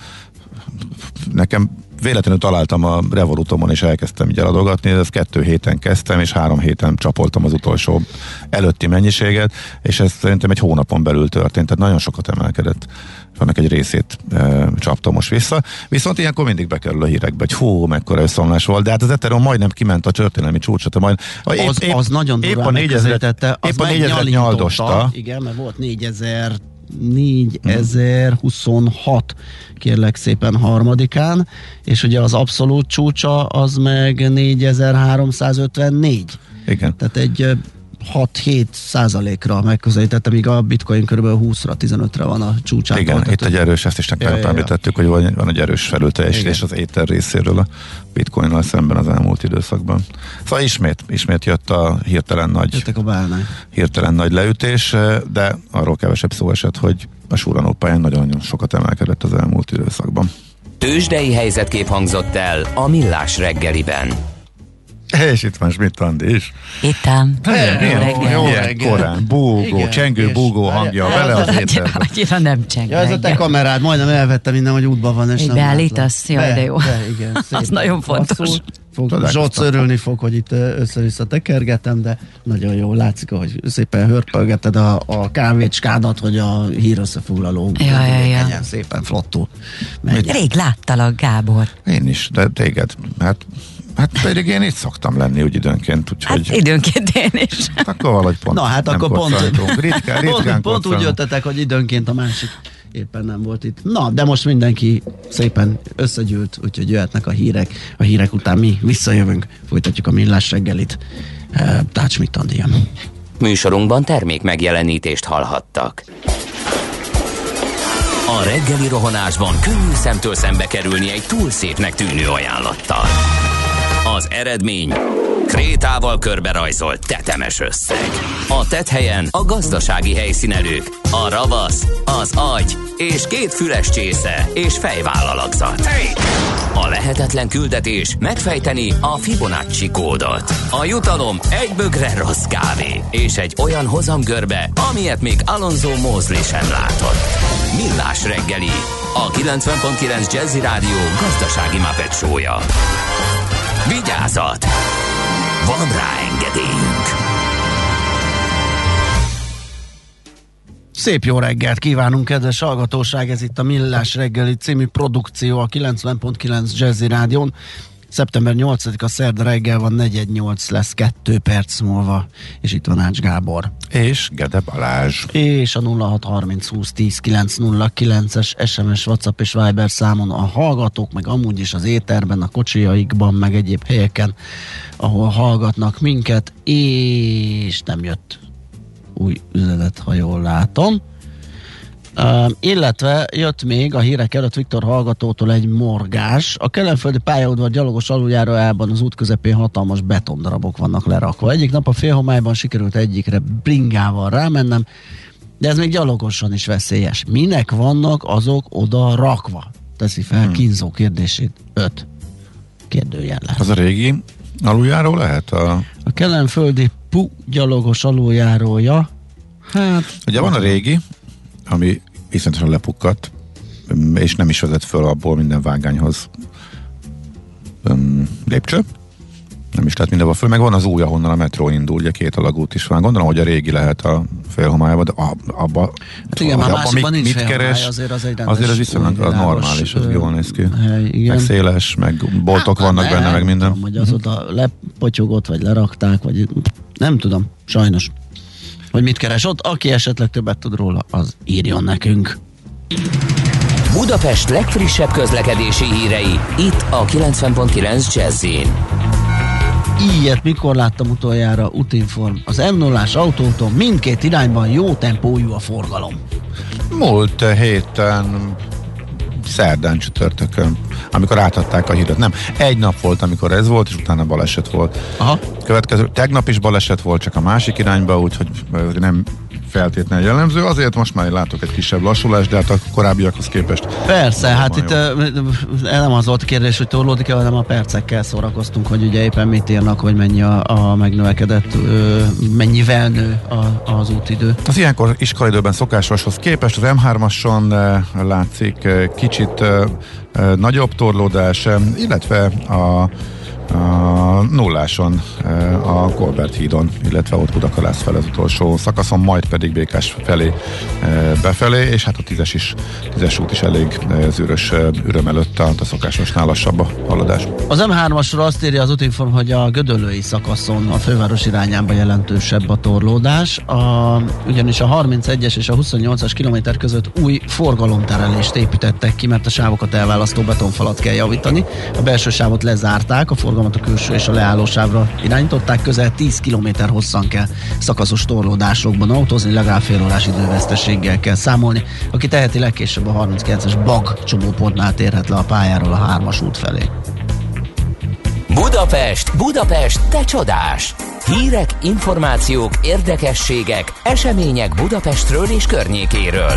nekem véletlenül találtam a Revolutomon, és elkezdtem így eladogatni, ez 2 héten kezdtem, és 3 héten csapoltam az utolsó előtti mennyiséget, és ez szerintem egy hónapon belül történt, tehát nagyon sokat emelkedett. Annak egy részét csaptam most vissza. Viszont ilyenkor mindig bekerül a hírekbe, hogy mekkora összeomlás volt, de hát az Ethereum majdnem kiment a történelmi csúcsot. Az nagyon durván megközelítette. Épp a 4000 nyaldosta. Igen, mert volt 4026 kérlek szépen harmadikán, és ugye az abszolút csúcsa az meg 4354. Igen. Tehát egy 6-7%-ra megközelítette, míg a bitcoin kb. 20-ra, 15-re van a csúcsán. Igen, itt egy erős, ezt is említettük, hogy van egy erős felülteljesítés az Ether részéről a bitcoinnal szemben az elmúlt időszakban. Szóval ismét jött a hirtelen nagy leütés, de arról kevesebb szó esett, hogy a Surano pályán nagyon-nagyon sokat emelkedett az elmúlt időszakban. Tőzsdei helyzetkép hangzott el a Millás reggeliben. És itt van Schmidt Andi is. Ittam. Jó reggel. Korán, búgó, csengő búgó hangja vele az ételben. Annyira nem cseng. Ja, ez a te kamerád, majdnem elvettem innen, hogy útban van, és nem beállítasz, jaj, de jó. Igen, az nagyon fontos. Zsoc örülni fog, hogy itt össze-vissza tekergetem, de nagyon jó, látszik, hogy szépen hörpölgeted a kávécskádat, hogy a hír összefoglaló legyen szépen flottul. Rég láttalak, Gábor. Én is, de téged, hát pedig én itt szoktam lenni úgy időnként, úgyhogy... Hát időnként én is. Akkor valahogy pont. Na hát akkor ritkán pont úgy jöttetek, hogy időnként a másik éppen nem volt itt. Na, de most mindenki szépen összegyűlt, úgyhogy jöhetnek a hírek. A hírek után mi visszajövünk, folytatjuk a Millás reggelit. Tács Andien. Műsorunkban termék megjelenítést hallhattak. A reggeli rohanásban könnyű szemtől szembe kerülni egy túl szépnek tűnő ajánlattal. Az eredmény krétával körberajzolt tetemes összeg. A tetthelyen a gazdasági helyszínelők, a ravasz, az agy és 2 füles csésze és fejvállalakzat. A lehetetlen küldetés megfejteni a Fibonacci kódot. A jutalom egy bögre rossz kávé és egy olyan hozamgörbe, amilyet még Alonso Mosley sem látott. Millás reggeli, a 90.9 Jazzy Rádió gazdasági Muppet show-ja. Vigyázat! Van rá engedélyünk! Szép jó reggelt kívánunk, kedves hallgatóság! Ez itt a Millás reggeli című produkció a 90.9 Jazzy Rádión. Szeptember 8-a szerda reggel van, 418 lesz 2 perc múlva, és itt van Ács Gábor. És Gede Balázs. És a 0630 20 10 909-es SMS, WhatsApp és Viber számon a hallgatók, meg amúgy is az éterben, a kocsijaikban, meg egyéb helyeken, ahol hallgatnak minket, és nem jött új üzenet, ha jól látom. Illetve jött még a hírek előtt Viktor hallgatótól egy morgás. A kelenföldi pályaudvar gyalogos aluljárójában az út közepén hatalmas betondarabok vannak lerakva. Egyik nap a félhomályban sikerült egyikre bringával rámennem, de ez még gyalogosan is veszélyes. Minek vannak azok oda rakva? Teszi fel kínzó kérdését 5 kérdőjellel. Az a régi aluljáró lehet? A kelenföldi gyalogos aluljárója, hát... Ugye van a régi, ami iszonyatosan lepukkadt, és nem is vezet föl abból minden vágányhoz lépcső. Nem is lehet mindenhol föl. Meg van az új, ahonnan a metró indul, ugye 2 alagút is van. Gondolom, hogy a régi lehet a félhomályban, de abba, hát igen, már másikban nincs félhomály, azért az egy rendes, azért az viszonylag normális, az jól néz ki. Igen. Meg széles, meg boltok vannak benne, meg minden. Hogy az oda lepotyogott, vagy lerakták, vagy nem tudom, sajnos. Hogy mit keres ott, aki esetleg többet tud róla, az írjon nekünk. Budapest legfrissebb közlekedési hírei, itt a 90.9 Jazz-in. Ilyet mikor láttam utoljára, Utinform. Az M0-ás autótól mindkét irányban jó tempójú a forgalom. Múlt héten, szerdán, csütörtökön, amikor átadták a híret. Nem, egy nap volt, amikor ez volt, és utána baleset volt. Aha. Következő, tegnap is baleset volt, csak a másik irányba, úgyhogy nem feltétlenül jellemző. Azért most már látok egy kisebb lassulást, de hát a korábbiakhoz képest. Persze, hát itt nem az volt a kérdés, hogy torlódik-e, hanem a percekkel szórakoztunk, hogy ugye éppen mit írnak, hogy mennyi a megnövekedett, mennyivel nő az útidő. Az ilyenkor iskolaidőben szokásoshoz képest az M3-ason látszik kicsit nagyobb torlódás, illetve a nulláson a Kolbert hídon, illetve ott Budakalász fel az utolsó szakaszon, majd pedig Békás felé befelé, és hát a 10-es út is elég zűrös üröm előtt a szokásosnál lassabb a haladás. Az M3-asról azt írja az Utinform, hogy a gödöllői szakaszon a főváros irányába jelentősebb a torlódás, ugyanis a 31-es és a 28-as kilométer között új forgalomterelést építettek ki, mert a sávokat elválasztó betonfalat kell javítani. A belső sávot lezárták, a forgalmat a külső és a leállósávra irányították, közel 10 km hosszan kell szakaszos torlódásokban autózni, legalább fél órás időveszteséggel kell számolni. Aki teheti, legkésőbb a 39-es BAG csomópontnál térhet le a pályáról a 3-as út felé. Budapest, te csodás! Hírek, információk, érdekességek, események Budapestről és környékéről.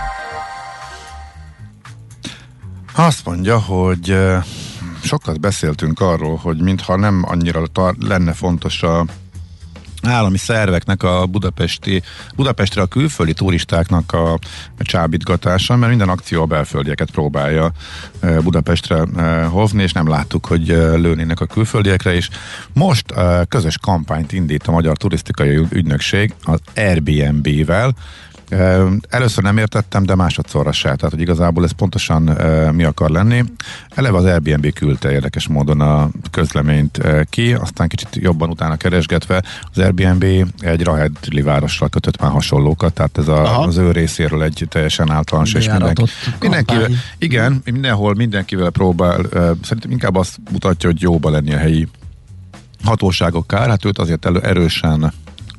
Azt mondja, hogy sokat beszéltünk arról, hogy mintha nem annyira lenne fontos a állami szerveknek a Budapestre a külföldi turistáknak a csábítgatása, mert minden akció a belföldieket próbálja Budapestre hozni, és nem láttuk, hogy lőnének a külföldiekre, és most közös kampányt indít a Magyar Turisztikai Ügynökség az Airbnb-vel. Először nem értettem, de másodszorra se. Tehát, hogy igazából ez pontosan mi akar lenni. Eleve az Airbnb küldte érdekes módon a közleményt ki, aztán kicsit jobban utána keresgetve az Airbnb egy Rahedli városra kötött már hasonlókat, tehát ez az ő részéről egy teljesen általános, és mindenkivel, igen, mindenhol mindenkivel próbál, szerintem inkább azt mutatja, hogy jóba lenni a helyi hatóságok kár, hát őt azért erősen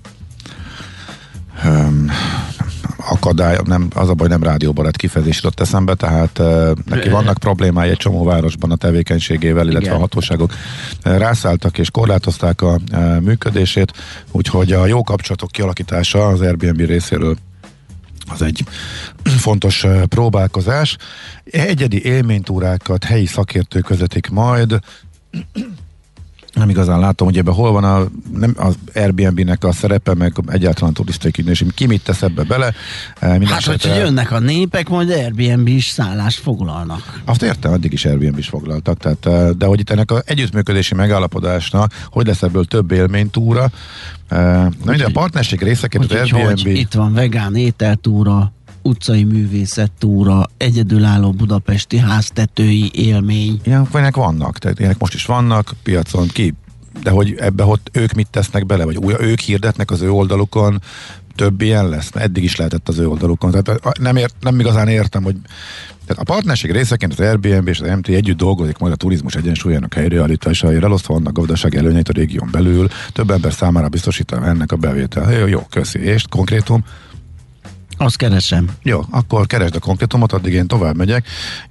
akadály, nem, az a baj, nem rádióbarát kifejezés jutott eszembe, tehát neki vannak problémái egy csomó városban a tevékenységével, illetve igen, a hatóságok rászálltak és korlátozták a működését, úgyhogy a jó kapcsolatok kialakítása az Airbnb részéről az egy fontos próbálkozás. Egyedi élménytúrákat helyi szakértők vezetik majd. Nem igazán látom, hogy ebben hol van az Airbnb-nek a szerepe, meg egyáltalán turisztikai ügynökség. Ki mit tesz ebbe bele? Hát, hogyha jönnek a népek, majd Airbnb-s szállást foglalnak. Azt értem, addig is Airbnb-s foglaltak. Tehát, de hogy itt ennek az együttműködési megállapodásnak, hogy lesz ebből több élménytúra. A partnerség részeként az Airbnb... Itt van vegán ételtúra, utcai művészettúra, egyedülálló budapesti háztetői élmény. Ilyenek vannak, tehát ilyenek most is vannak piacon ki, de hogy ebbe ott ők mit tesznek bele, vagy ők hirdetnek az ő oldalukon, több ilyen lesz, eddig is lehetett az ő oldalukon. Tehát nem igazán értem, hogy tehát a partnerség részeként az Airbnb és az MT együtt dolgozik majd a turizmus egyensúlyának helyreállítására, elosztva vannak gazdasági előnyeit a régión belül, több ember számára biztosítva ennek a bevétel. Jó, köszi. És konkrétum? Azt keresem. Jó, akkor keresd a konkrétumot, addig én tovább megyek.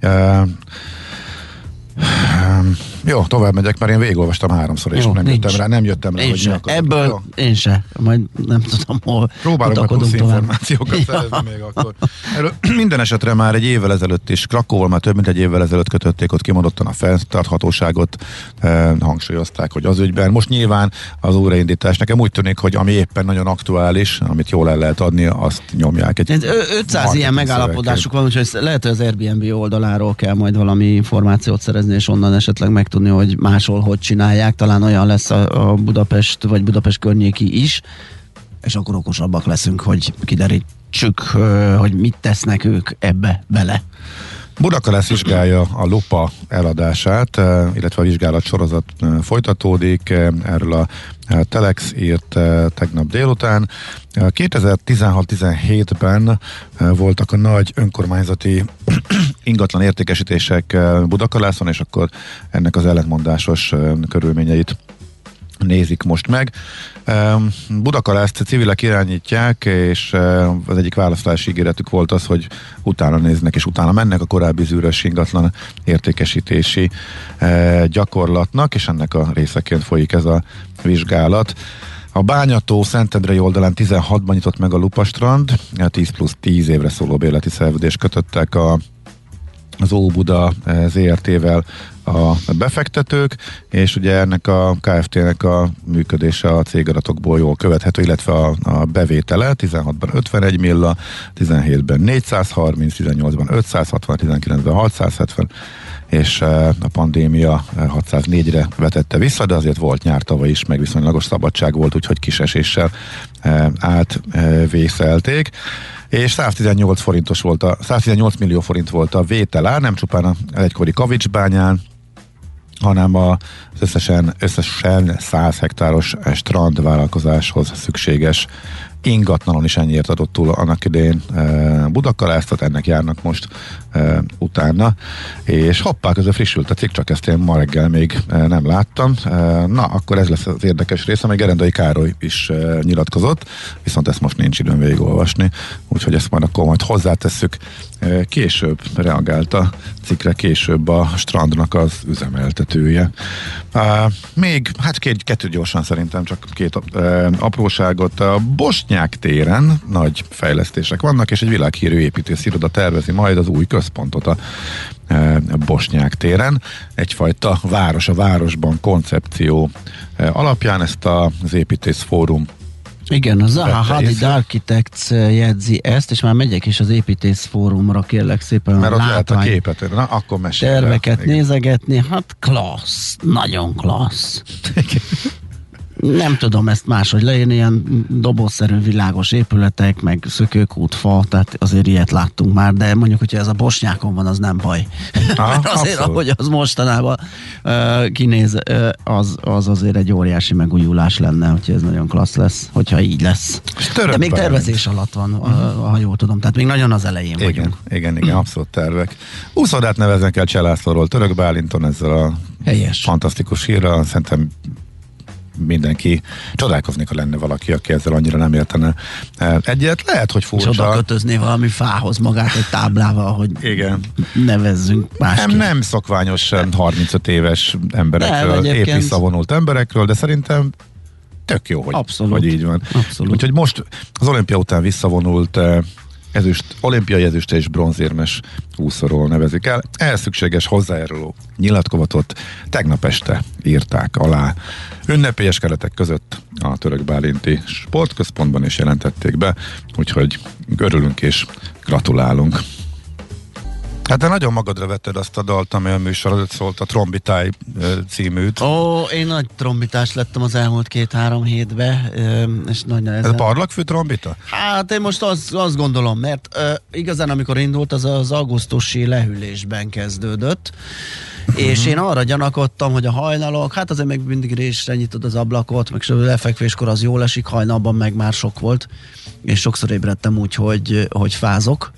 Jó, tovább megyek, mert én végigolvastam 3-szor, és nem jöttem rá, hogy mi akarok. Ebből jó. Én se, majd nem tudom, hol próbálom meg plusz információkat szerezni még akkor. Erről minden esetre már egy évvel ezelőtt is, Krakóval már több mint egy évvel ezelőtt kötötték, ott kimondottan a fenntarthatóságot hangsúlyozták, hogy az ügyben. Most nyilván az újraindítás, nekem úgy tűnik, hogy ami éppen nagyon aktuális, amit jól el lehet adni, azt nyomják. 500 ilyen megállapodásuk van, úgyhogy lehet, hogy az Airbnb oldaláról kell majd valami információt szerezni, és onnan esetleg megtudni, hogy máshol hogy csinálják, talán olyan lesz a Budapest vagy Budapest környéki is, és akkor okosabbak leszünk, hogy kiderítsük, hogy mit tesznek ők ebbe bele. Budakalász vizsgálja a lupa eladását, illetve a vizsgálat sorozat folytatódik, erről a Telex írt tegnap délután. 2016-17-ben voltak a nagy önkormányzati ingatlan értékesítések Budakalászon, és akkor ennek az ellentmondásos körülményeit nézik most meg. Budakalászt civilek irányítják, és az egyik választási ígéretük volt az, hogy utána néznek, és utána mennek a korábbi zűrös ingatlan értékesítési gyakorlatnak, és ennek a részeként folyik ez a vizsgálat. A Bányató Szentendrei oldalán 16-ban nyitott meg a Lupastrand, 10+10 évre szóló bérleti szerződést kötöttek az Óbuda ZRT-vel a befektetők, és ugye ennek a KFT-nek a működése a cégadatokból jól követhető, illetve a bevétele 16-ban 51 milla, 17-ben 430, 18-ban 560, 19-ben 670, és a pandémia 604-re vetette vissza, de azért volt nyár tavaly is, meg viszonylagos szabadság volt, úgyhogy kis eséssel átvészelték. És 118 millió forint volt a vételár, nem csupán az egykori Kavicsbányán, hanem az összesen 100 hektáros strandvállalkozáshoz szükséges ingatlanon is ennyiért adott túl annak idején Budakalásztat, ennek járnak most utána, és hoppá, közben frissült a cikk, csak ezt én ma reggel még nem láttam. Na, akkor ez lesz az érdekes része, meg Gerendai Károly is nyilatkozott, viszont ezt most nincs időm végigolvasni, úgyhogy ezt majd hozzátesszük. Később reagált a cikkre, később a strandnak az üzemeltetője. Még, kettő gyorsan szerintem, csak két apróságot. A Bosnyák téren nagy fejlesztések vannak, és egy világhírű építésziroda tervezi majd az új központot a Bosnyák téren. Egyfajta város a városban koncepció alapján ezt az építészfórum. Igen, a Zaha Hadid Architects jegyzi ezt, és már megyek is az építészfórumra, kérlek szépen. Mert ott lehet a képet, na akkor mesélj. Terveket nézegetni, hát klassz, nagyon klassz. Nem tudom ezt máshogy leírni, ilyen dobozszerű világos épületek, meg szökőkútfa, tehát azért ilyet láttunk már, de mondjuk, hogyha ez a Bosnyákon van, az nem baj. Mert azért, ahogy az mostanában kinéz, az azért egy óriási megújulás lenne, hogyha ez nagyon klassz lesz, hogyha így lesz. De még tervezés alatt van, ha jól tudom, tehát még nagyon az elején vagyunk. Igen, abszolút tervek. Úszodát neveznek el Cselászlóról Török Bálinton ezzel a helyes, fantasztikus hírral, szerintem mindenki csodálkozni, ha lenne valaki, aki ezzel annyira nem értene egyet. Lehet, hogy furcsa. És oda kötözné valami fához magát egy táblával, hogy igen. Nevezzünk másképp. Nem szokványosan 35 éves emberekről, épp visszavonult emberekről, de szerintem tök jó, hogy így van. Abszolút. Úgyhogy most az olimpia után visszavonult olimpiai ezüst és bronzérmes úszóról nevezik el. Ehhez szükséges hozzájáruló nyilatkozatot tegnap este írták alá. Ünnepélyes keretek között a Török Bálinti Sportközpontban is jelentették be, úgyhogy örülünk és gratulálunk. Hát de nagyon magadra vetted azt a dalt, amely a műsor előtt szólt, a Trombitáj címűt. Én nagy trombitás lettem az elmúlt 2-3 hétbe, és nagy nehezen. Ez a parlagfű trombita? Hát én most azt gondolom, mert igazán amikor indult, az augusztusi lehűlésben kezdődött, és én arra gyanakodtam, hogy a hajnalok, hát azért még mindig résre nyitod az ablakot, meg lefekvéskor az jól esik, hajnalban meg már sok volt, és sokszor ébredtem úgy, hogy fázok.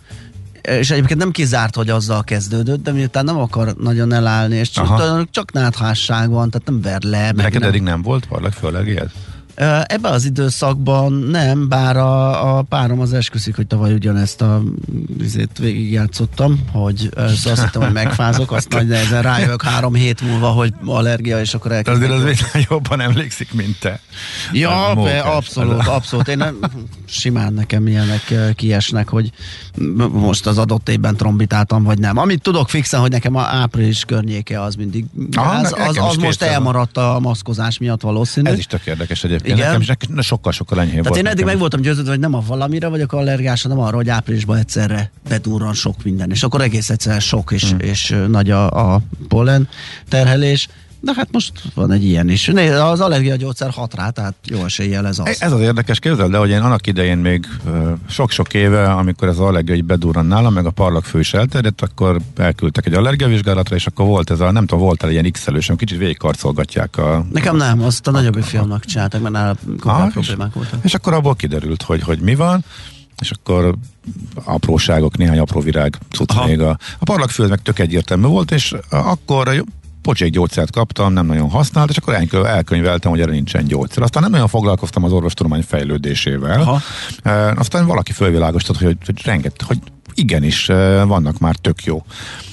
És egyébként nem kizárt, hogy azzal kezdődött, de miután nem akar nagyon elállni, és csak náthásság van, tehát nem ver le. Neked eddig nem volt parlagfőallergiád? Ebben az időszakban nem, bár a párom az esküszik, hogy tavaly ugyanezt a vizét végigjátszottam, hogy azt hittem, hogy megfázok, azt nagy nehezen rájövök 3 hét múlva, hogy allergia, és akkor elkezdek. Azért az jobban emlékszik, mint te. Ja, abszolút. Én simán nekem ilyenek kiesnek, hogy most az adott évben trombitáltam, vagy nem. Amit tudok fixen, hogy nekem a április környéke az mindig gáz, az most elmaradt a maszkozás miatt valószínű. Ez is tök érdekes egyébként. Nekem is sokkal enyhébb volt. Tehát én eddig meg voltam győződve, hogy nem a valamire vagyok allergiás, hanem arra, hogy áprilisban egyszerre bedurran sok minden, és akkor egész egyszerűen sok, és nagy a pollen terhelés. De hát most van egy ilyen is. Az allergiagyógyszer hat rá, tehát jó eséllyel ez az. Ez az érdekes, képzeld, de hogy én annak idején még sok-sok éve, amikor ez az allergia így bedurran nálam, meg a parlagfő is elterjedt, akkor elküldtek egy allergiavizsgálatra, és akkor volt ez a, nem tudom, volt ilyen X-elős, kicsit végigkarcolgatják Nekem nem, azt a nagyobb fiamnak csináltak, mert nála problémák voltak. És akkor abból kiderült, hogy mi van, és akkor apróságok, néhány apró virág cucc még a parlagfő meg tök egyértelmű volt, és akkor pocsék gyógyszert kaptam, nem nagyon használt, és akkor elkönyveltem, hogy erre nincsen gyógyszer. Aztán nem nagyon foglalkoztam az orvostudomány fejlődésével. Aztán valaki fölvilágosított, hogy igenis vannak már tök jó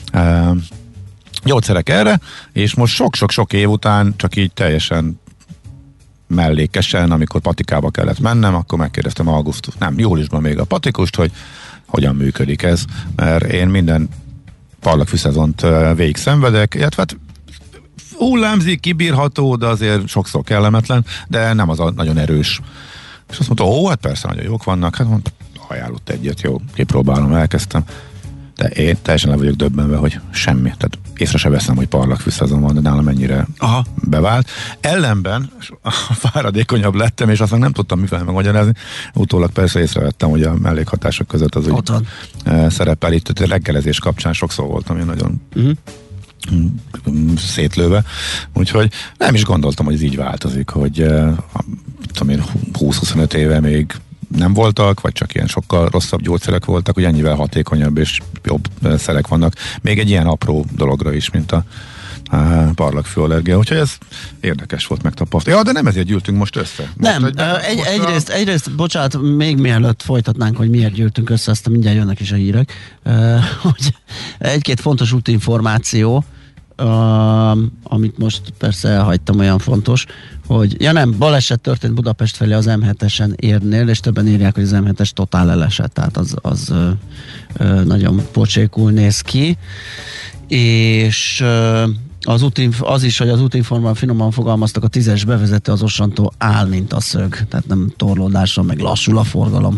gyógyszerek erre, és most sok-sok év után csak így teljesen mellékesen, amikor patikába kellett mennem, akkor megkérdeztem júliusban még a patikust, hogy hogyan működik ez, mert én minden parlagfűszezont végig szenvedek, illetve hullámzik, kibírható, de azért sokszor kellemetlen, de nem az a nagyon erős. És azt mondta, hát persze, nagyon jók vannak, hát mondta, ajánlott egyet, jó, kipróbálom, elkezdtem. De én teljesen le vagyok döbbenve, hogy semmi. Tehát észre se veszem, hogy parlagfűszezon van, de nálam mennyire bevált. Ellenben fáradékonyabb lettem, és aztán nem tudtam mivel megmagyarázni. Utólag persze észrevettem, hogy a mellékhatások között az úgy szerepel itt, hogy a reggelezés kapcsán sokszor voltam én nagyon szétlőve. Úgyhogy nem is gondoltam, hogy ez így változik, hogy 20-25 éve még nem voltak, vagy csak ilyen sokkal rosszabb gyógyszerek voltak, hogy ennyivel hatékonyabb és jobb szerek vannak. Még egy ilyen apró dologra is, mint a parlagfőallergia. Úgyhogy ez érdekes volt megtapasztalni. Ja, de nem ezért gyűltünk most össze. Nem, egyrészt, bocsánat, még mielőtt folytatnánk, hogy miért gyűltünk össze, aztán mindjárt jönnek is a hírek. Hogy egy-két fontos útinformáció, amit most persze elhagytam, olyan fontos, hogy baleset történt Budapest felé az M7-esen érnél, és többen írják, hogy az M7-es totál elesett, tehát az nagyon pocsékul néz ki, és az is, hogy az útinformában finoman fogalmaztak, a 10-es bevezető az Ossantól áll, mint a szög, tehát nem torlódásra, meg lassul a forgalom,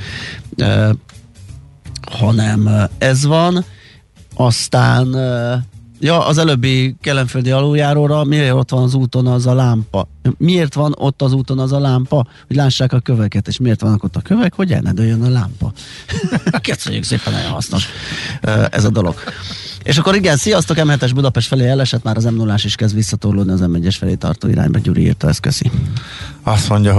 hanem ez van. Aztán az előbbi kelenföldi aluljáróra miért ott van az úton az a lámpa? Miért van ott az úton az a lámpa? Hogy lássák a köveket, és miért vannak ott a kövek? Hogy el ne dőljön a lámpa. Köszönjük szépen, nagyon hasznos ez a dolog. És akkor igen, sziasztok, M7-es Budapest felé elesett, már az M0-ás is kezd visszatorlódni az M1-es felé tartó irányba. Gyuri írta, ezt köszi. Azt mondja, hogy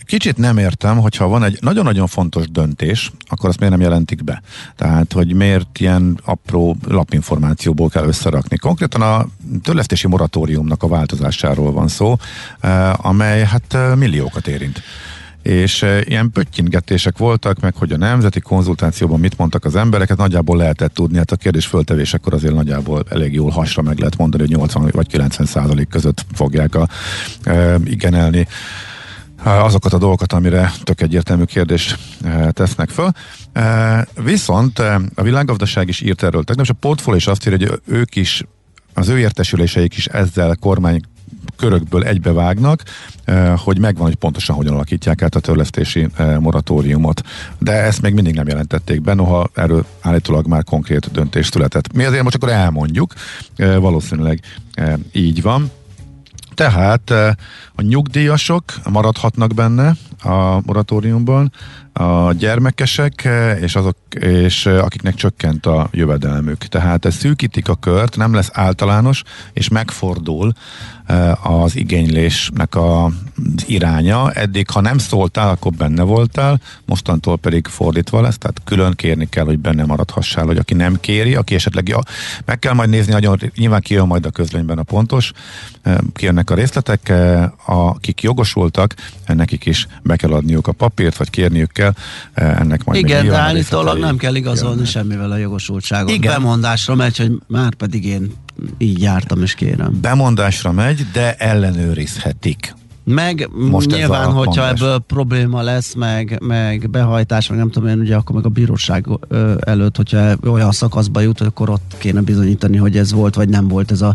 kicsit nem értem, hogyha van egy nagyon-nagyon fontos döntés, akkor azt miért nem jelentik be? Tehát, hogy miért ilyen apró lapinformációból kell összerakni. Konkrétan a törlesztési moratóriumnak a változásáról van szó, amely hát milliókat érint. És ilyen pöttyingetések voltak, meg hogy a nemzeti konzultációban mit mondtak az emberek, nagyjából lehetett tudni, hát a kérdés föltevésekor azért nagyjából elég jól hasra meg lehet mondani, hogy 80 vagy 90% között fogják igenelni azokat a dolgokat, amire tök egyértelmű kérdést tesznek föl. Viszont a Világgazdaság is írt erről tegnap, és a Portfolio is azt írja, hogy ők is, az ő értesüléseik is ezzel kormány körökből egybevágnak, hogy megvan, hogy pontosan hogyan alakítják át a törlesztési moratóriumot. De ezt még mindig nem jelentették be, noha erről állítólag már konkrét döntés született. Mi azért most akkor elmondjuk, valószínűleg így van. Tehát a nyugdíjasok maradhatnak benne a moratóriumban, a gyermekesek és akiknek csökkent a jövedelmük. Tehát ez szűkítik a kört, nem lesz általános, és megfordul az igénylésnek az iránya. Eddig, ha nem szóltál, akkor benne voltál, mostantól pedig fordítva lesz, tehát külön kérni kell, hogy benne maradhassál, hogy aki nem kéri, aki esetleg meg kell majd nézni, nagyon, nyilván kijön majd a közlönyben a pontos, kijönnek a részletek, akik jogosultak, nekik is be kell adniuk a papírt, vagy kérniük kell, ennek majd igen, de állítólag nem kell igazolni semmivel a jogosultságot. Igen. Bemondásra megy, hogy már pedig én így jártam és kérem. Bemondásra megy, de ellenőrizhetik. Meg most nyilván, hogyha ebből probléma lesz, meg behajtás, meg nem tudom én, ugye akkor meg a bíróság előtt, hogyha olyan szakaszba jut, akkor ott kéne bizonyítani, hogy ez volt, vagy nem volt ez a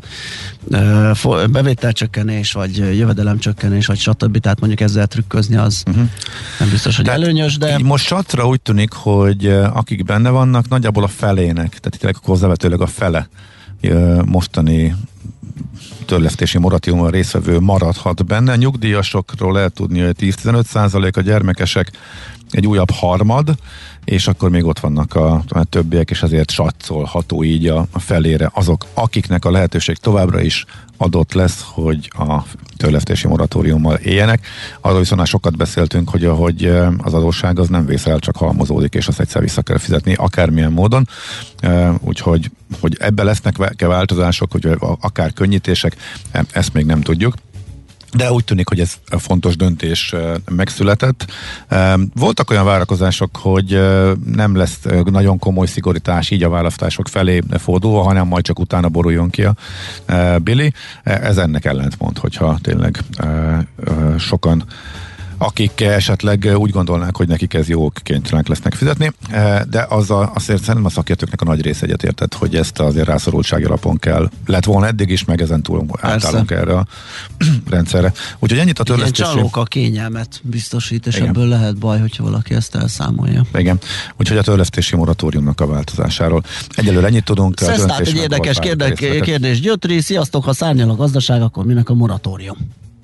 bevételcsökkenés, vagy jövedelemcsökkenés, vagy stb. Tehát mondjuk ezzel trükközni az nem biztos, hogy előnyös, de... Most satra úgy tűnik, hogy akik benne vannak, nagyjából a felének, tehát itt hozzávetőleg a fele mostani törlesztési moratóriumban részvevő maradhat benne. A nyugdíjasokról lehet tudni, hogy 10-15%, a gyermekesek egy újabb harmad, és akkor még ott vannak a többiek, és azért satszolható így a felére azok, akiknek a lehetőség továbbra is adott lesz, hogy a törlesztési moratóriummal éljenek. Arról viszont sokat beszéltünk, hogy ahogy az adósság az nem vész el, csak halmozódik, és azt egyszer vissza kell fizetni, akármilyen módon. Úgyhogy hogy ebbe lesznek változások, hogy akár könnyítések, ezt még nem tudjuk. De úgy tűnik, hogy ez fontos döntés megszületett. Voltak olyan várakozások, hogy nem lesz nagyon komoly szigorítás így a választások felé fordulva, hanem majd csak utána boruljon ki a Billy. Ez ennek ellentmond, hogyha tényleg sokan, akik esetleg úgy gondolnák, hogy nekik ez jó, kénytelenek lesznek fizetni, de azért szerintem a szakértőknek a nagy rész egyetértett, hogy ezt azért rászorultsági alapon kell. Lett volna eddig is, meg ezen túl átállunk erre a rendszerre. Úgyhogy ennyit a törlesztési... Igen, csalók a kényelmet biztosít, és ebből lehet baj, hogyha valaki ezt elszámolja. Igen, úgyhogy a törlesztési moratóriumnak a változásáról. Egyelőre ennyit tudunk. Tehát egy érdekes kérdés, Gyötri, sziasztok, ha szárnyal a gazdaság, akkor minek a moratórium?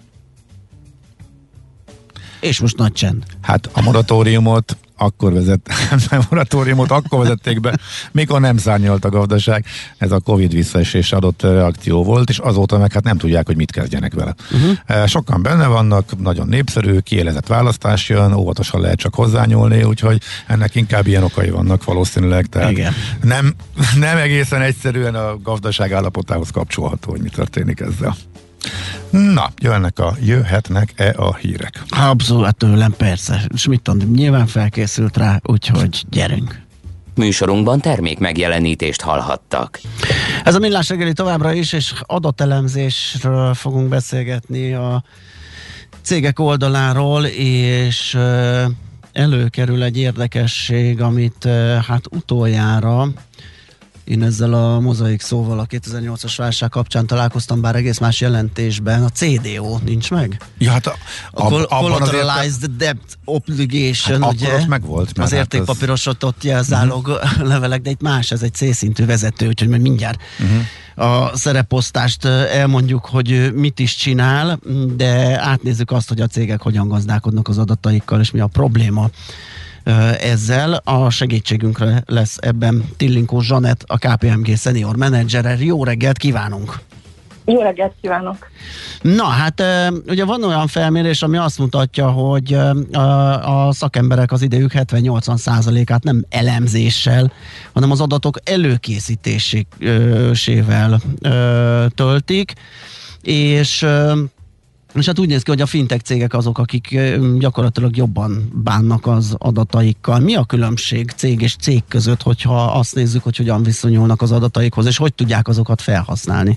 És most nagy csend. Hát a moratóriumot akkor vezették be, mikor nem szárnyalt a gazdaság. Ez a Covid visszaesés adott reakció volt, és azóta meg hát nem tudják, hogy mit kezdjenek vele. Sokan benne vannak, nagyon népszerű, kiélezett választás jön, óvatosan lehet csak hozzányúlni, úgyhogy ennek inkább ilyen okai vannak valószínűleg. Tehát nem egészen egyszerűen a gazdaság állapotához kapcsolható, hogy mi történik ezzel. Na, jöhetnek-e a hírek? Abszolút tőlem, persze. És mit tudom, nyilván felkészült rá, úgyhogy gyerünk. Műsorunkban termék megjelenítést hallhattak. Ez a Millás reggeli továbbra is, és adatelemzésről fogunk beszélgetni a cégek oldaláról, és előkerül egy érdekesség, amit hát utoljára én ezzel a mozaik szóval a 2008-as válság kapcsán találkoztam, bár egész más jelentésben. A CDO nincs meg? Ja, hát a Collateralized Debt Obligation, hát ugye? Megvolt, az értékpapírosított jelzálog levelek, de itt más, ez egy C-szintű vezető, úgyhogy majd mindjárt a szereposztást elmondjuk, hogy mit is csinál, de átnézzük azt, hogy a cégek hogyan gazdálkodnak az adataikkal, és mi a probléma ezzel. A segítségünkre lesz ebben Tillinkó Zsanett, a KPMG senior menedzsere. Jó reggelt kívánunk! Jó reggelt kívánok! Na hát ugye van olyan felmérés, ami azt mutatja, hogy a szakemberek az idejük 70-80%-át nem elemzéssel, hanem az adatok előkészítésével töltik, és hát úgy néz ki, hogy a fintech cégek azok, akik gyakorlatilag jobban bánnak az adataikkal. Mi a különbség cég és cég között, hogyha azt nézzük, hogy hogyan viszonyulnak az adataikhoz, és hogy tudják azokat felhasználni?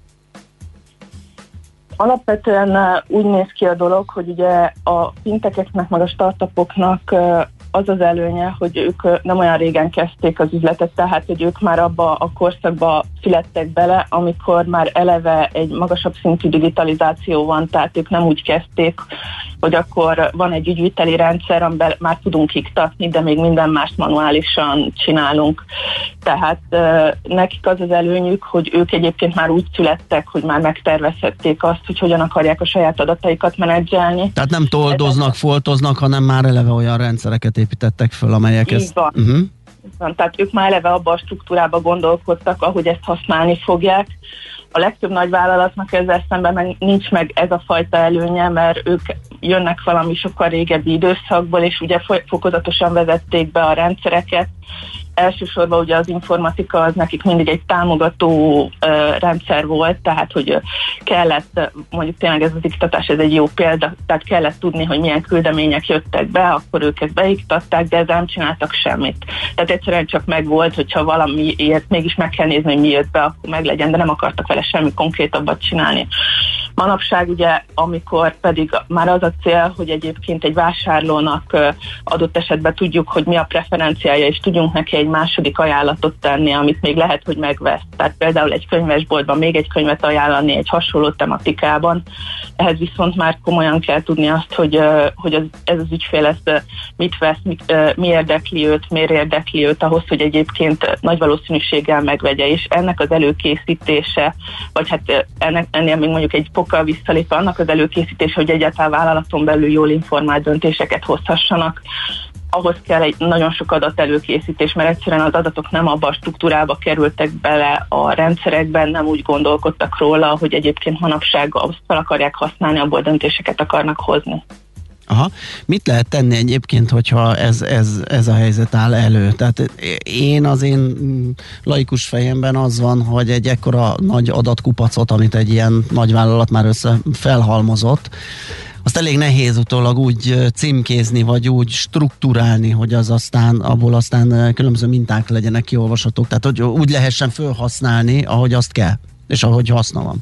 Alapvetően úgy néz ki a dolog, hogy ugye a fintecheknek, meg a startupoknak az az előnye, hogy ők nem olyan régen kezdték az üzletet, tehát hogy ők már abba a korszakba születtek bele, amikor már eleve egy magasabb szintű digitalizáció van, tehát ők nem úgy kezdték, hogy akkor van egy ügyviteli rendszer, amiben már tudunk iktatni, de még minden mást manuálisan csinálunk. Tehát nekik az az előnyük, hogy ők egyébként már úgy születtek, hogy már megtervezhették azt, hogy hogyan akarják a saját adataikat menedzselni. Tehát nem toldoznak, foltoznak, hanem már eleve olyan rendszereket építettek föl, amelyek így van. Tehát ők már eleve abban a struktúrában gondolkodtak, ahogy ezt használni fogják. A legtöbb nagy vállalatnak ezzel szemben nincs meg ez a fajta előnye, mert ők jönnek valami sokkal régebbi időszakból, és ugye fokozatosan vezették be a rendszereket. Elsősorban ugye az informatika az nekik mindig egy támogató rendszer volt, tehát hogy kellett, mondjuk tényleg ez az iktatás, ez egy jó példa, tehát kellett tudni, hogy milyen küldemények jöttek be, akkor ők ezt beiktatták, de ezzel nem csináltak semmit. Tehát egyszerűen csak megvolt, hogyha valamiért mégis meg kell nézni, hogy mi jött be, akkor meglegyen, de nem akartak vele semmi konkrétabbat csinálni. Manapság ugye, amikor pedig már az a cél, hogy egyébként egy vásárlónak adott esetben tudjuk, hogy mi a preferenciája, és tudjunk neki egy második ajánlatot tenni, amit még lehet, hogy megvesz. Tehát például egy könyvesboltban még egy könyvet ajánlani egy hasonló tematikában. Ehhez viszont már komolyan kell tudni azt, hogy ez az ügyfél ezt mit vesz, mi érdekli őt, miért érdekli őt ahhoz, hogy egyébként nagy valószínűséggel megvegye, és ennek az előkészítése, vagy hát ennél még mondjuk egy fokkal visszalépve annak az előkészítése, hogy egyáltalán vállalaton belül jól informált döntéseket hozhassanak, ahhoz kell egy nagyon sok adat előkészítés, mert egyszerűen az adatok nem abban a struktúrába kerültek bele a rendszerekben, nem úgy gondolkodtak róla, hogy egyébként manapság azt fel akarják használni, abból döntéseket akarnak hozni. Aha. Mit lehet tenni egyébként, hogyha ez a helyzet áll elő? Tehát az én laikus fejemben az van, hogy egy ekkora nagy adatkupacot, amit egy ilyen nagyvállalat már felhalmozott, azt elég nehéz utólag úgy címkézni, vagy úgy strukturálni, hogy az abból aztán különböző minták legyenek kiolvashatók. Tehát, hogy úgy lehessen felhasználni, ahogy azt kell, és ahogy haszna van.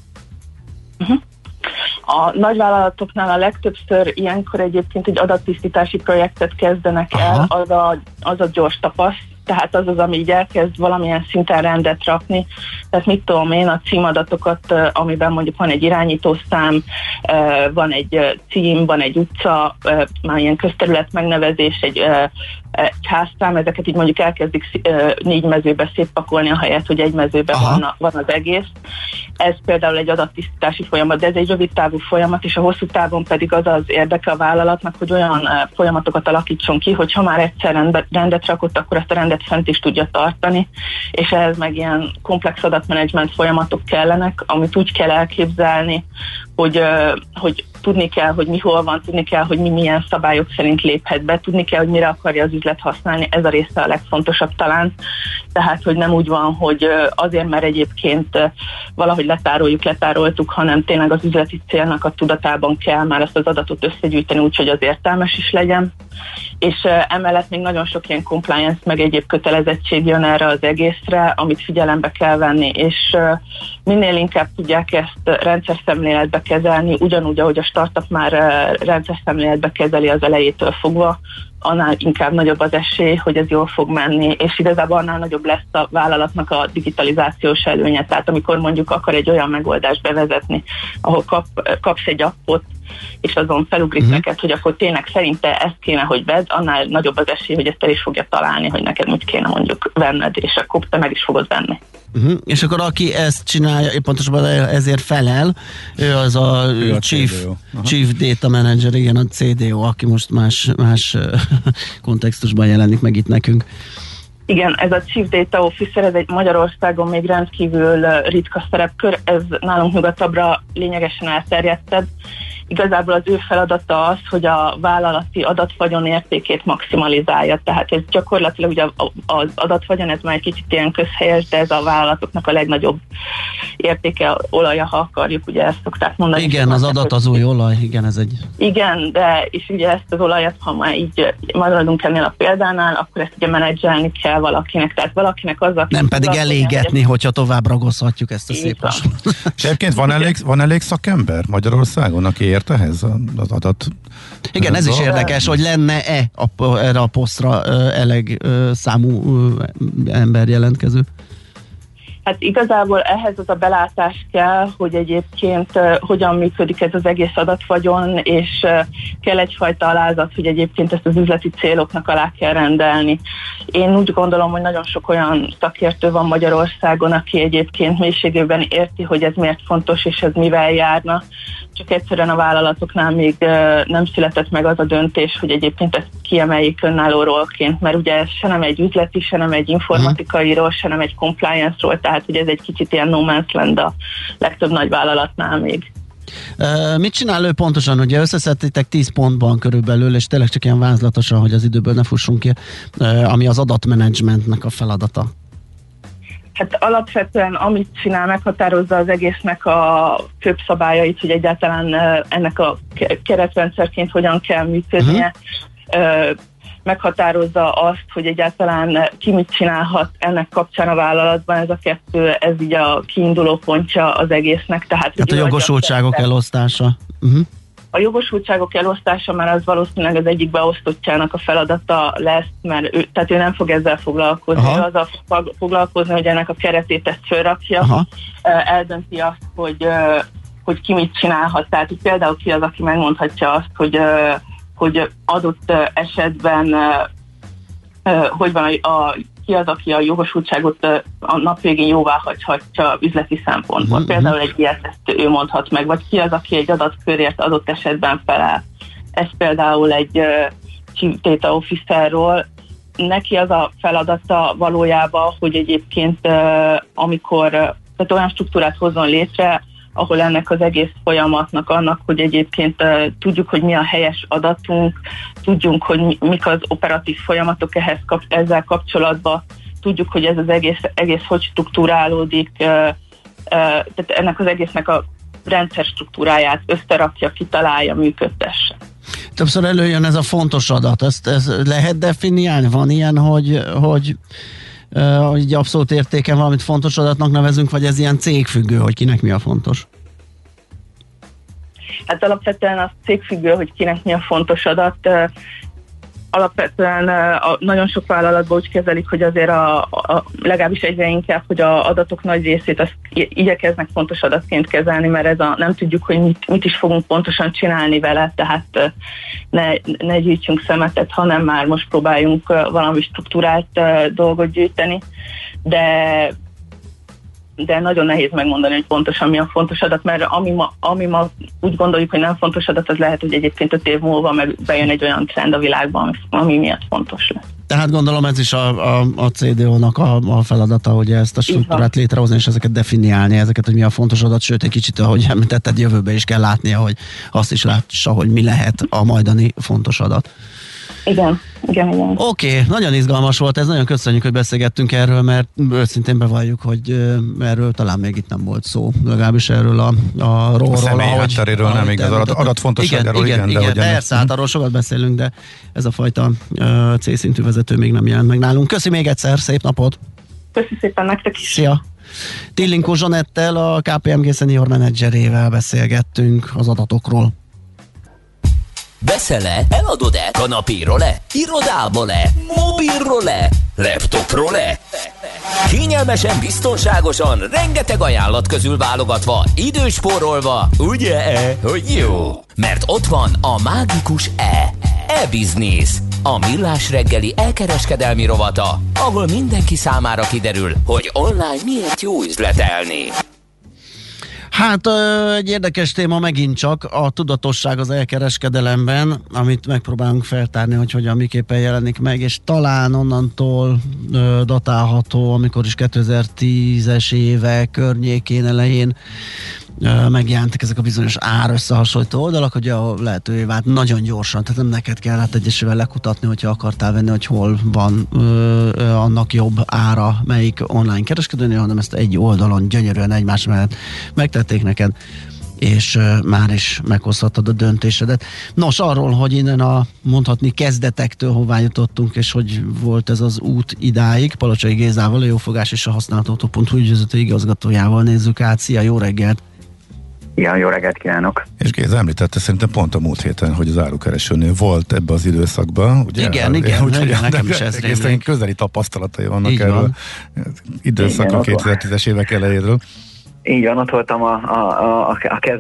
A nagyvállalatoknál a legtöbbször ilyenkor egyébként egy adattisztítási projektet kezdenek el, az a gyors tapasz. Tehát az, ami így elkezd valamilyen szinten rendet rakni. Tehát mit tudom én, a címadatokat, amiben mondjuk van egy irányítószám, van egy cím, van egy utca, már ilyen közterület megnevezés, egy házszám, ezeket így mondjuk elkezdik 4 mezőbe szétpakolni, ahelyett, hogy egy mezőben van az egész. Ez például egy adattisztítási folyamat, de ez egy rövid távú folyamat, és a hosszú távon pedig az az érdeke a vállalatnak, hogy olyan folyamatokat alakítson ki, hogy ha már egyszer rendet rakott, akkor ezt a rendet fent is tudja tartani, és ehhez meg ilyen komplex adatmenedzsment folyamatok kellenek, amit úgy kell elképzelni, hogy tudni kell, hogy mi hol van, tudni kell, hogy mi milyen szabályok szerint léphet be, tudni kell, hogy mire akarja az üzlet használni, ez a része a legfontosabb talán. Tehát, hogy nem úgy van, hogy azért, mert egyébként valahogy letároltuk, hanem tényleg az üzleti célnak a tudatában kell már azt az adatot összegyűjteni, úgyhogy az értelmes is legyen. És emellett még nagyon sok ilyen compliance, meg egyéb kötelezettség jön erre az egészre, amit figyelembe kell venni, és minél inkább tudják ezt rendszerszemléletbe kezelni, ugyanúgy, ahogy a startup már rendszerszemléletbe kezeli az elejétől fogva, annál inkább nagyobb az esély, hogy ez jól fog menni, és igazából annál nagyobb lesz a vállalatnak a digitalizációs előnye. Tehát amikor mondjuk akar egy olyan megoldást bevezetni, ahol kapsz egy appot, és azon felugrik neked, hogy akkor tényleg szerinte ezt kéne, hogy vedd, annál nagyobb az esély, hogy ezt el is fogja találni, hogy neked mit kéne mondjuk venned, és akkor te meg is fogod venni. És akkor aki ezt csinálja, pontosabban ezért felel, ő az a Chief Data Manager, igen, a CDO, aki most más kontextusban jelenik meg itt nekünk. Igen, ez a Chief Data Officer, ez egy Magyarországon még rendkívül ritka szerepkör, ez nálunk nyugatabbra lényegesen elterjedtebb. Igazából az ő feladata az, hogy a vállalati adatvagyon értékét maximalizálja. Tehát ez gyakorlatilag ugye az adatvagyon, ez már egy kicsit ilyen közhelyes, de ez a vállalatoknak a legnagyobb értéke, olaja, ha akarjuk, ugye ezt szokták mondani. Igen, az adat az új olaj, igen, ez egy... Igen, de és ugye ezt az olajat, ha már így maradunk ennél a példánál, akkor ezt ugye menedzselni kell valakinek, tehát valakinek azzal... Nem pedig elégetni, hogyha tovább ragozhatjuk ezt a szép hasonlót. És egyébként van elég szakember Magyarországon, aki ért ehhez az adat? Igen, ez is érdekes, hogy lenne-e erre a posztra elég számú ember jelentkező? Hát igazából ehhez az a belátás kell, hogy egyébként hogyan működik ez az egész adatvagyon, és kell egyfajta alázat, hogy egyébként ezt az üzleti céloknak alá kell rendelni. Én úgy gondolom, hogy nagyon sok olyan szakértő van Magyarországon, aki egyébként mélységében érti, hogy ez miért fontos, és ez mivel járna. Csak egyszerűen a vállalatoknál még nem született meg az a döntés, hogy egyébként ezt kiemeljék önálló rólként, mert ugye ez se nem egy üzleti, se nem egy informatikairól, se nem egy compliance-ról, tehát ugye ez egy kicsit ilyen no man's land a legtöbb nagy vállalatnál még. Mit csinál ő pontosan? Ugye összeszedtétek 10 pontban körülbelül, és tényleg csak ilyen vázlatosan, hogy az időből ne fussunk ki, ami az adatmenedzsmentnek a feladata. Hát alapvetően amit csinál, meghatározza az egésznek a főbb szabályait, hogy egyáltalán ennek a keretrendszerként hogyan kell működnie. Meghatározza azt, hogy egyáltalán ki mit csinálhat ennek kapcsán a vállalatban, ez a kettő, ez így a kiinduló pontja az egésznek. Tehát a jogosultságok elosztása. A jogosultságok elosztása már az valószínűleg az egyik beosztottjának a feladata lesz, mert tehát ő nem fog ezzel foglalkozni, ő azzal fog foglalkozni, hogy ennek a keretét ezt fölrakja, eldönti azt, hogy ki mit csinálhat. Tehát hogy például ki az, aki megmondhatja azt, hogy adott esetben hogy van ki az, aki a jogosultságot a nap végén jóvá hagyhatja üzleti szempontból. Például egy ilyet ezt ő mondhat meg, vagy ki az, aki egy adatkörért adott esetben felel. Ez például egy Chief Data Officerról. Neki az a feladata valójában, hogy egyébként amikor tehát olyan struktúrát hozzon létre, ahol ennek az egész folyamatnak annak, hogy egyébként tudjuk, hogy mi a helyes adatunk, tudjunk, hogy mik az operatív folyamatok ezzel kapcsolatban, tudjuk, hogy ez az egész hogy struktúrálódik, tehát ennek az egésznek a rendszer struktúráját összerakja, kitalálja, működtesse. Többször előjön ez a fontos adat, ezt lehet definiálni? Van ilyen, hogy abszolút értéken valamit fontos adatnak nevezünk, vagy ez ilyen cégfüggő, hogy kinek mi a fontos? Hát alapvetően az cégfüggő, hogy kinek mi a fontos adat. Alapvetően nagyon sok vállalatban úgy kezelik, hogy azért legalábbis egyre inkább, hogy az adatok nagy részét azt igyekeznek fontos adatként kezelni, mert nem tudjuk, hogy mit is fogunk pontosan csinálni vele, tehát ne gyűjtsünk szemetet, hanem már most próbáljunk valami struktúrált dolgot gyűjteni, de nagyon nehéz megmondani, hogy pontosan mi a fontos adat, mert ami ma úgy gondoljuk, hogy nem fontos adat, az lehet, hogy egyébként 5 év múlva meg bejön egy olyan trend a világban, ami miatt fontos lesz. Tehát gondolom ez is a CDO-nak a feladata, hogy ezt a struktúrát létrehozni, és ezeket definiálni, ezeket, hogy mi a fontos adat, sőt egy kicsit, ahogy említetted, jövőbe is kell látnia, hogy azt is lássa, hogy mi lehet a majdani fontos adat. Igen. Oké, nagyon izgalmas volt ez, nagyon köszönjük, hogy beszélgettünk erről, mert őszintén bevalljuk, hogy erről talán még itt nem volt szó, legalábbis erről a személy hátteréről nem igaz, adatfontosságáról igen, persze, hát arról sokat beszélünk, de ez a fajta C-szintű vezető még nem jelent meg nálunk. Köszi még egyszer, szép napot! Köszi szépen nektek is! Szia! Tillinkó Zsanettel, a KPMG senior menedzserével beszélgettünk az adatokról. Veszel-e? Eladod-e? Kanapéról-e? Irodából-e? Mobilról-e? Laptopról-e? Kényelmesen, biztonságosan, rengeteg ajánlat közül válogatva, időspórolva, ugye-e, hogy jó? Mert ott van a mágikus e-business, a Millás reggeli elkereskedelmi rovata, ahol mindenki számára kiderül, hogy online miért jó üzletelni. Hát egy érdekes téma megint csak a tudatosság az elkereskedelemben, amit megpróbálunk feltárni, hogy hogyan, miképpen jelenik meg, és talán onnantól datálható, amikor is 2010-es éve környékén, elején megjelentek ezek a bizonyos árösszehasonlító oldalak, hogy a lehetővé vált nagyon gyorsan, tehát nem neked kellett egyesével lekutatni, hogyha akartál venni, hogy hol van annak jobb ára melyik online kereskedőnél, hanem ezt egy oldalon gyönyörűen egymás mellett megtették neked, és már is meghozhattad a döntésedet. Nos, arról, hogy innen a mondhatni kezdetektől hová jutottunk, és hogy volt ez az út idáig, Palocsai Gézával, a Jófogás és a Használtautó.hu ügyvezető igazgatójával nézzük át. Szia, jó reggelt! Ja, jó reggelt kívánok! És Géza említette szerintem pont a múlt héten, hogy az árukeresőnél volt ebbe az időszakban. Ugye? Igen, nekem is ez egészen közeli tapasztalatai vannak erről időszakon 2010-es évek elejéről. Így van, ott voltam a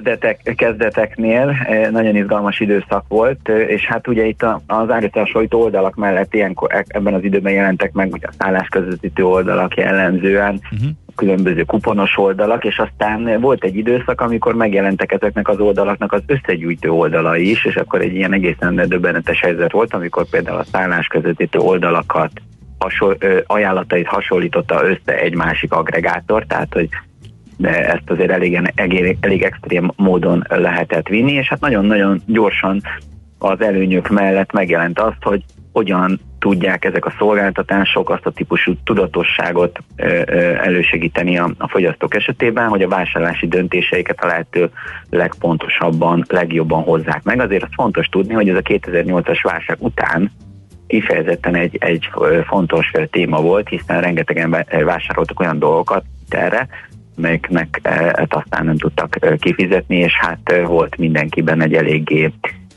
kezdeteknél, nagyon izgalmas időszak volt, és hát ugye itt az árösszehasonlító oldalak mellett ilyenkor ebben az időben jelentek meg ugye a szállásközvetítő oldalak jellemzően, különböző kuponos oldalak, és aztán volt egy időszak, amikor megjelentek ezeknek az oldalaknak az összegyűjtő oldalai is, és akkor egy ilyen egészen döbbenetes helyzet volt, amikor például a szállásközvetítő oldalakat ajánlatait hasonlította össze egy másik aggregátor, tehát hogy de ezt azért elég extrém módon lehetett vinni, és hát nagyon-nagyon gyorsan az előnyök mellett megjelent azt, hogy hogyan tudják ezek a szolgáltatások azt a típusú tudatosságot elősegíteni a fogyasztók esetében, hogy a vásárlási döntéseiket a lehető legpontosabban, legjobban hozzák meg. Azért az fontos tudni, hogy ez a 2008-as válság után kifejezetten egy fontos téma volt, hiszen rengetegen vásároltak olyan dolgokat erre, melyeknek aztán nem tudtak kifizetni, és hát volt mindenkiben egy eléggé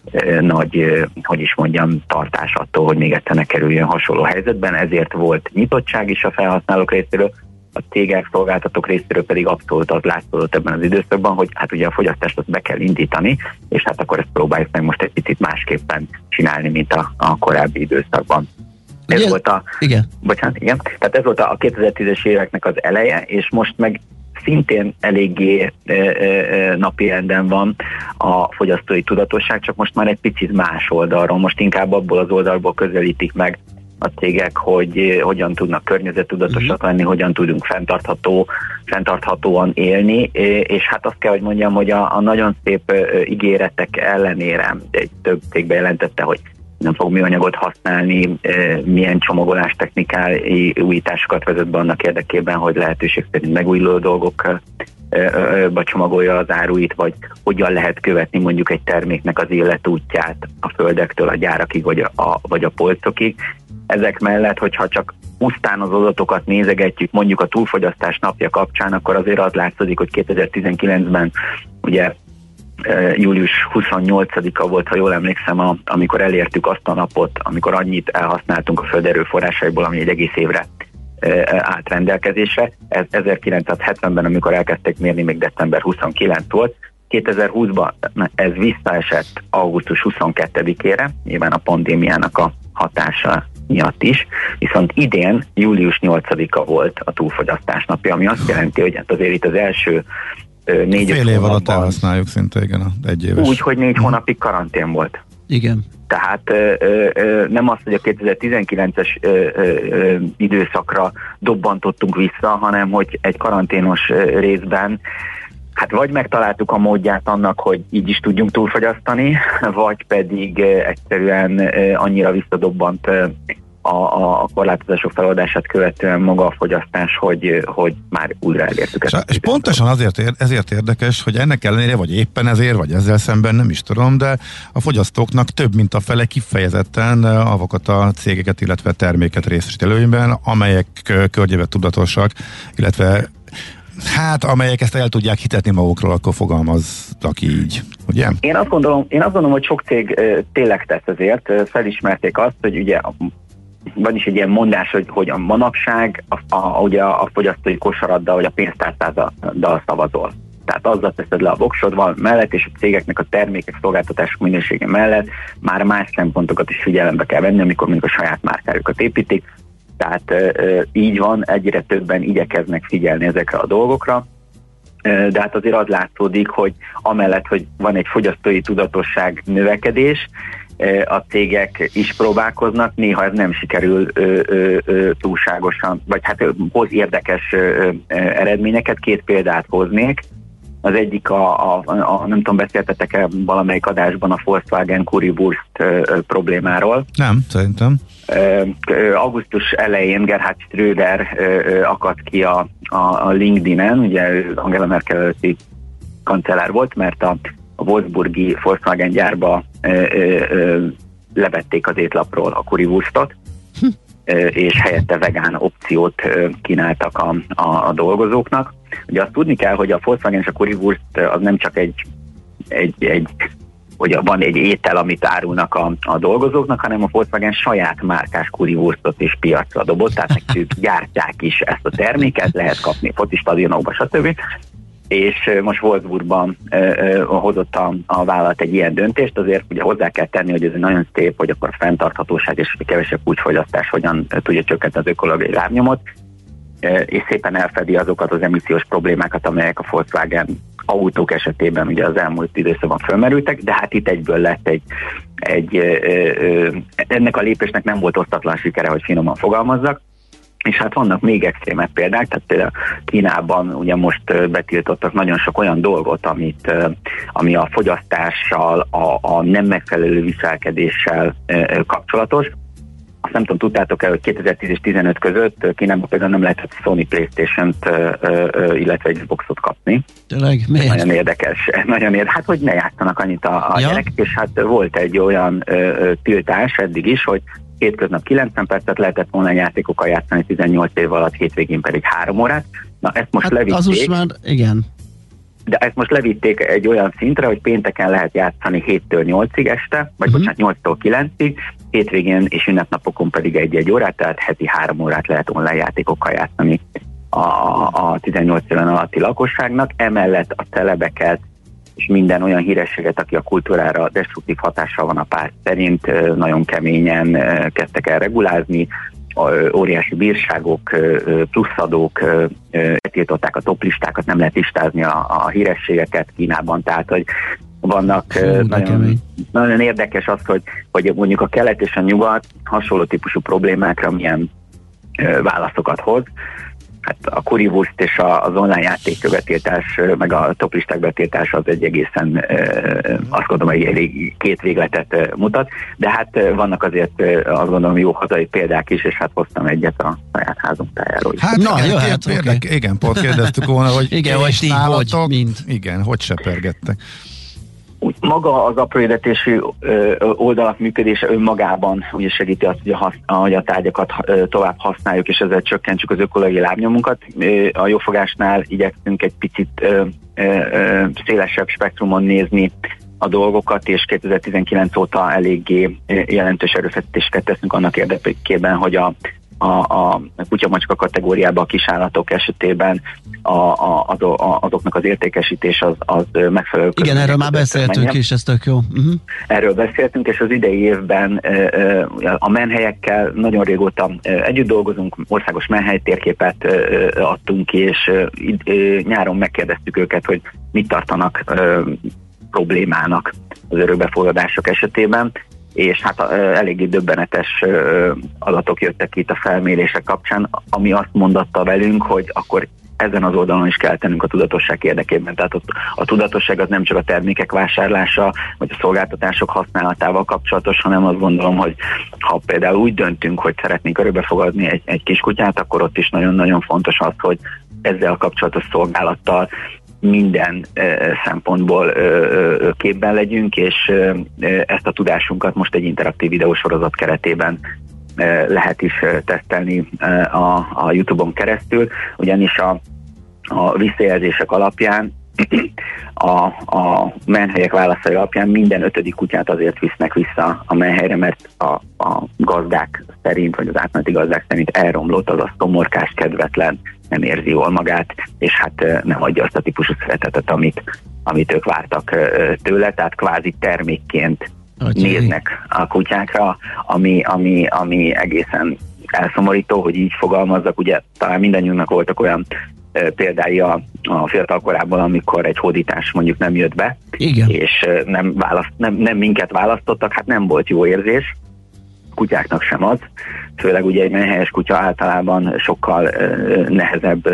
nagy, tartás attól, hogy még egyszer ne kerüljön hasonló helyzetben, ezért volt nyitottság is a felhasználók részéről, a cégek, szolgáltatók részéről pedig abszolút az látszódott ebben az időszakban, hogy hát ugye a fogyasztást azt be kell indítani, és hát akkor ezt próbáljuk meg most egy picit másképpen csinálni, mint a korábbi időszakban. Ez volt igen. Tehát ez volt a 2010-es éveknek az eleje, és most meg szintén eléggé napirenden van a fogyasztói tudatosság, csak most már egy picit más oldalról, most inkább abból az oldalból közelítik meg a cégek, hogy hogyan tudnak környezettudatosak lenni, hogyan tudunk fenntarthatóan élni, és hát azt kell, hogy mondjam, hogy a nagyon szép ígéretek ellenére egy több cég bejelentette, hogy nem fog műanyagot használni, milyen csomagolás technikai újításokat vezet be annak érdekében, hogy lehetőség szerint megújuló dolgokba csomagolja az áruit, vagy hogyan lehet követni mondjuk egy terméknek az életútját a földektől a gyárakig, vagy a polcokig. Ezek mellett, hogyha csak pusztán az adatokat nézegetjük mondjuk a túlfogyasztás napja kapcsán, akkor azért az látszik, hogy 2019-ben ugye július 28-a volt, ha jól emlékszem, amikor elértük azt a napot, amikor annyit elhasználtunk a föld erőforrásaiból, ami egy egész évre állt rendelkezésre. Ez 1970-ben, amikor elkezdték mérni, még december 29 volt. 2020-ban ez visszaesett augusztus 22-ére, nyilván a pandémiának a hatása miatt is, viszont idén július 8-a volt a túlfogyasztás napja, ami azt jelenti, hogy hát azért itt az első 4 fél év alatt elhasználjuk szinte, igen, egy éves. Úgy, hogy 4 hónapig karantén volt. Igen. Tehát nem az, hogy a 2019-es időszakra dobbantottunk vissza, hanem hogy egy karanténos részben hát vagy megtaláltuk a módját annak, hogy így is tudjunk túlfogyasztani, vagy pedig egyszerűen annyira visszadobbant a korlátozások feloldását követően maga a fogyasztás, hogy már újra elértük ezt. És pontosan ezért érdekes, hogy ennek ellenére, vagy éppen ezért, vagy ezzel szemben, nem is tudom, de a fogyasztóknak több mint a fele kifejezetten azokat a cégeket, illetve terméket részesít előnyben, amelyek környezet tudatosak, illetve hát, amelyek ezt el tudják hitetni magukról, akkor fogalmaztak így, ugye? Én azt gondolom, hogy sok cég tényleg tesz ezért, felismerték azt, hogy ugye van is egy ilyen mondás, hogy a manapság ugye a fogyasztói kosaraddal, vagy a pénztárcáddal szavazol. Tehát azzal teszed le a voksodval mellett, és a cégeknek a termékek, szolgáltatások minősége mellett már más szempontokat is figyelembe kell venni, amikor mondjuk a saját márkájukat építik. Tehát így van, egyre többen igyekeznek figyelni ezekre a dolgokra. de hát azért az látszódik, hogy amellett, hogy van egy fogyasztói tudatosság növekedés, a cégek is próbálkoznak, néha ez nem sikerül túlságosan, vagy hát hoz érdekes eredményeket. 2 példát hoznék. Az egyik nem tudom, beszéltetek-e valamelyik adásban a Volkswagen Currywurst problémáról? Nem, szerintem. Augusztus elején Gerhard Schröder akadt ki a LinkedIn-en, ugye ő Angela Merkel előtti kancellár volt, mert a Wolfsburgi Volkswagen gyárba levették az étlapról a currywurstot, és helyette vegán opciót kínáltak a dolgozóknak. Ugye azt tudni kell, hogy a Volkswagen és a currywurst az nem csak hogy van egy étel, amit árulnak a dolgozóknak, hanem a Volkswagen saját márkás currywurstot is piacra dobott, tehát ők gyártják is ezt a terméket, lehet kapni focistadionokba, stb. És most Wolfsburgban hozott a vállalat egy ilyen döntést, azért ugye hozzá kell tenni, hogy ez nagyon szép, hogy akkor a fenntarthatóság és a kevesebb kulcsfogyasztás hogyan tudja csökkenteni az ökológiai lábnyomot, és szépen elfedi azokat az emissziós problémákat, amelyek a Volkswagen autók esetében ugye az elmúlt időszakban fölmerültek, de hát itt egyből lett ennek a lépésnek nem volt osztatlan sikere, hogy finoman fogalmazzak. És hát vannak még extrémebb példák, tehát például Kínában ugye most betiltottak nagyon sok olyan dolgot, ami a fogyasztással, a nem megfelelő viselkedéssel kapcsolatos. Azt nem tudom, tudtátok-e, hogy 2010 és 2015 között Kínában például nem lehetett Sony PlayStation-t, illetve egy Xboxot kapni. Tényleg? Miért? Nagyon érdekes. Hát, hogy ne játszanak annyit a gyerekek, és hát volt egy olyan tiltás eddig is, hogy hétköznap 90 percet lehetett online játékokkal játszani 18 év alatt, hétvégén pedig 3 órát. Na, ezt most levitték. Az most már, igen. De ezt most levitték egy olyan szintre, hogy pénteken lehet játszani 7-től 8-ig este, vagy bocsánat, 8-tól 9-ig, hétvégén és ünnepnapokon pedig 1-1 órát, tehát heti 3 órát lehet online játékokkal játszani a 18 éven alatti lakosságnak. Emellett a celebeket és minden olyan hírességet, aki a kultúrára destruktív hatással van a párt szerint, nagyon keményen kezdtek el regulázni, óriási bírságok, pluszadók, tiltották a toplistákat, nem lehet listázni a hírességeket Kínában, tehát hogy vannak nagyon érdekes az, hogy mondjuk a kelet és a nyugat hasonló típusú problémákra milyen válaszokat hoz. Hát a currywurst és az online játék betiltás, meg a toplisták betiltása az egy egészen, azt gondolom, egy 2 végletet mutat, de hát vannak azért azt gondolom jó hazai példák is, és hát hoztam egyet a saját házunk tájáról is. Hát igen, pont kérdeztük volna, hogy igen, hogy ti hogy sepergettek. Úgy maga az apróégetésű oldalak működése önmagában ugye segíti azt, hogy a tárgyakat tovább használjuk, és ezzel csökkentsük az ökológiai lábnyomunkat. A jófogásnál igyekszünk egy picit szélesebb spektrumon nézni a dolgokat, és 2019 óta eléggé jelentős erőfeszítéseket teszünk annak érdekében, hogy a kutya-macska kategóriában a kisállatok esetében azoknak az értékesítés az megfelelő. Igen, erről már beszéltünk is, ez tök jó. Erről beszéltünk, és az idei évben a menhelyekkel nagyon régóta együtt dolgozunk, országos menhely térképet adtunk ki, és nyáron megkérdeztük őket, hogy mit tartanak problémának az örökbefogadások esetében, és hát eléggé döbbenetes adatok jöttek itt a felmérések kapcsán, ami azt mondatta velünk, hogy akkor ezen az oldalon is kell tennünk a tudatosság érdekében. Tehát a tudatosság az nem csak a termékek vásárlása, vagy a szolgáltatások használatával kapcsolatos, hanem azt gondolom, hogy ha például úgy döntünk, hogy szeretnénk örökbefogadni egy kiskutyát, akkor ott is nagyon-nagyon fontos az, hogy ezzel a kapcsolatos szolgálattal minden szempontból képben legyünk, és ezt a tudásunkat most egy interaktív videósorozat keretében lehet is tesztelni a YouTube-on keresztül, ugyanis a visszajelzések alapján, a menhelyek válaszai alapján minden 5. kutyát azért visznek vissza a menhelyre, mert a gazdák szerint, vagy az átmeneti gazdák szerint elromlott, azaz szomorkás, kedvetlen, nem érzi jól magát, és hát nem adja azt a típusú szeretetet, amit ők vártak tőle, tehát kvázi termékként néznek a kutyákra, ami egészen elszomorító, hogy így fogalmazzak. Ugye talán mindannyiunknak voltak olyan példája a fiatal korában, amikor egy hódítás mondjuk nem jött be, igen. És nem minket választottak, hát nem volt jó érzés, kutyáknak sem az, főleg ugye egy menhelyes kutya általában sokkal nehezebb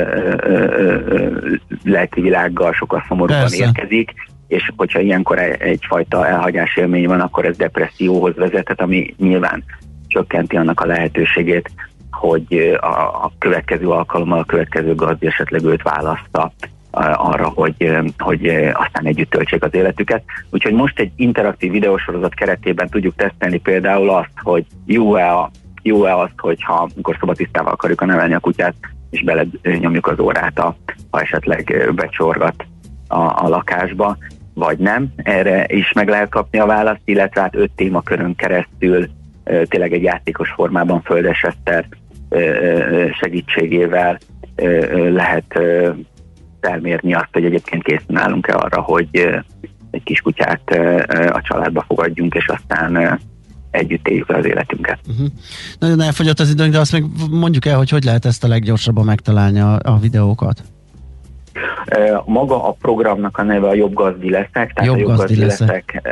lelki világgal, sokkal szomorúban érkezik, és hogyha ilyenkor egyfajta elhagyás élmény van, akkor ez depresszióhoz vezethet, ami nyilván csökkenti annak a lehetőségét, hogy a következő alkalommal a következő gazdi esetleg őt választa arra, hogy aztán együtt töltsék az életüket. Úgyhogy most egy interaktív videósorozat keretében tudjuk tesztelni például azt, hogy jó-e azt, hogyha amikor szobatisztával akarjuk nevelni a kutyát, és belenyomjuk az órát, ha esetleg becsorgat a lakásba, vagy nem. Erre is meg lehet kapni a választ, illetve hát 5 témakörön keresztül tényleg egy játékos formában Földes Eszter segítségével lehet felmérni azt, hogy egyébként készen állunk-e arra, hogy egy kis kutyát a családba fogadjunk, és aztán együtt éljük az életünket. Nagyon elfogyott az időnk, de azt még mondjuk el, hogy lehet ezt a leggyorsabban megtalálni a videókat. Maga a programnak a neve a Jobb Gazdi Leszek, tehát Jobb Gazdi Leszek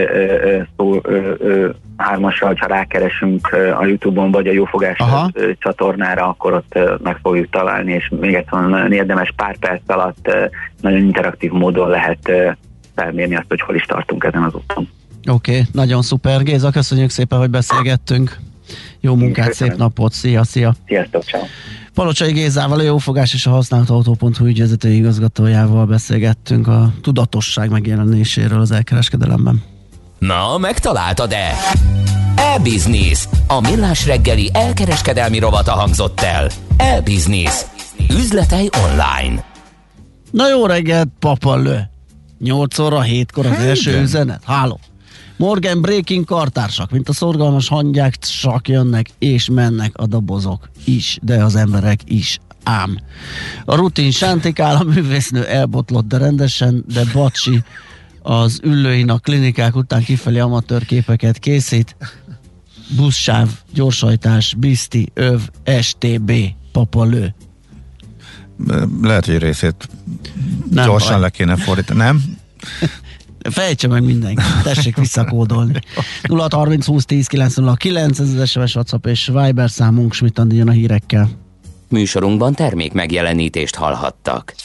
3-assal, ha rákeresünk a YouTube-on, vagy a Jófogás csatornára, akkor ott meg fogjuk találni, és még egyszer nagyon érdemes, pár perc alatt nagyon interaktív módon lehet felmérni azt, hogy hol is tartunk ezen az úton. Oké, nagyon szuper. Géza, köszönjük szépen, hogy beszélgettünk. Jó munkát, szép napot, szia! Sziasztok, ciao. Palocsai Gézával, a Jófogás és a használtautó.hu ügyvezető igazgatójával beszélgettünk a tudatosság megjelenéséről az elkereskedelemben. Na, megtaláltad-e? E-Business. A millás reggeli elkereskedelmi rovata hangzott el. E-Business. Üzletei online. Na jó reggelt, papalő! 8 óra, 7-kor az első üzenet. Háló! Morgan Breaking kartársak, mint a szorgalmas hangyák, csak jönnek és mennek a dobozok is, de az emberek is. Ám. A rutin sántikál, a művésznő elbotlott, de rendesen, de bacsi az ülőin a klinikák után kifelé amatőr képeket készít. Buszsáv, gyorsajtás, biszti, öv, STB, papalő. Lehet, hogy részét nem gyorsan le kéne fordítani, nem? Fejtse meg mindenki, tessék visszakódolni. 0630 20 10 909, ez az SMS, WhatsApp és Viber számunk, Schmidt Andi jön a hírekkel. Műsorunkban termék megjelenítést hallhattak.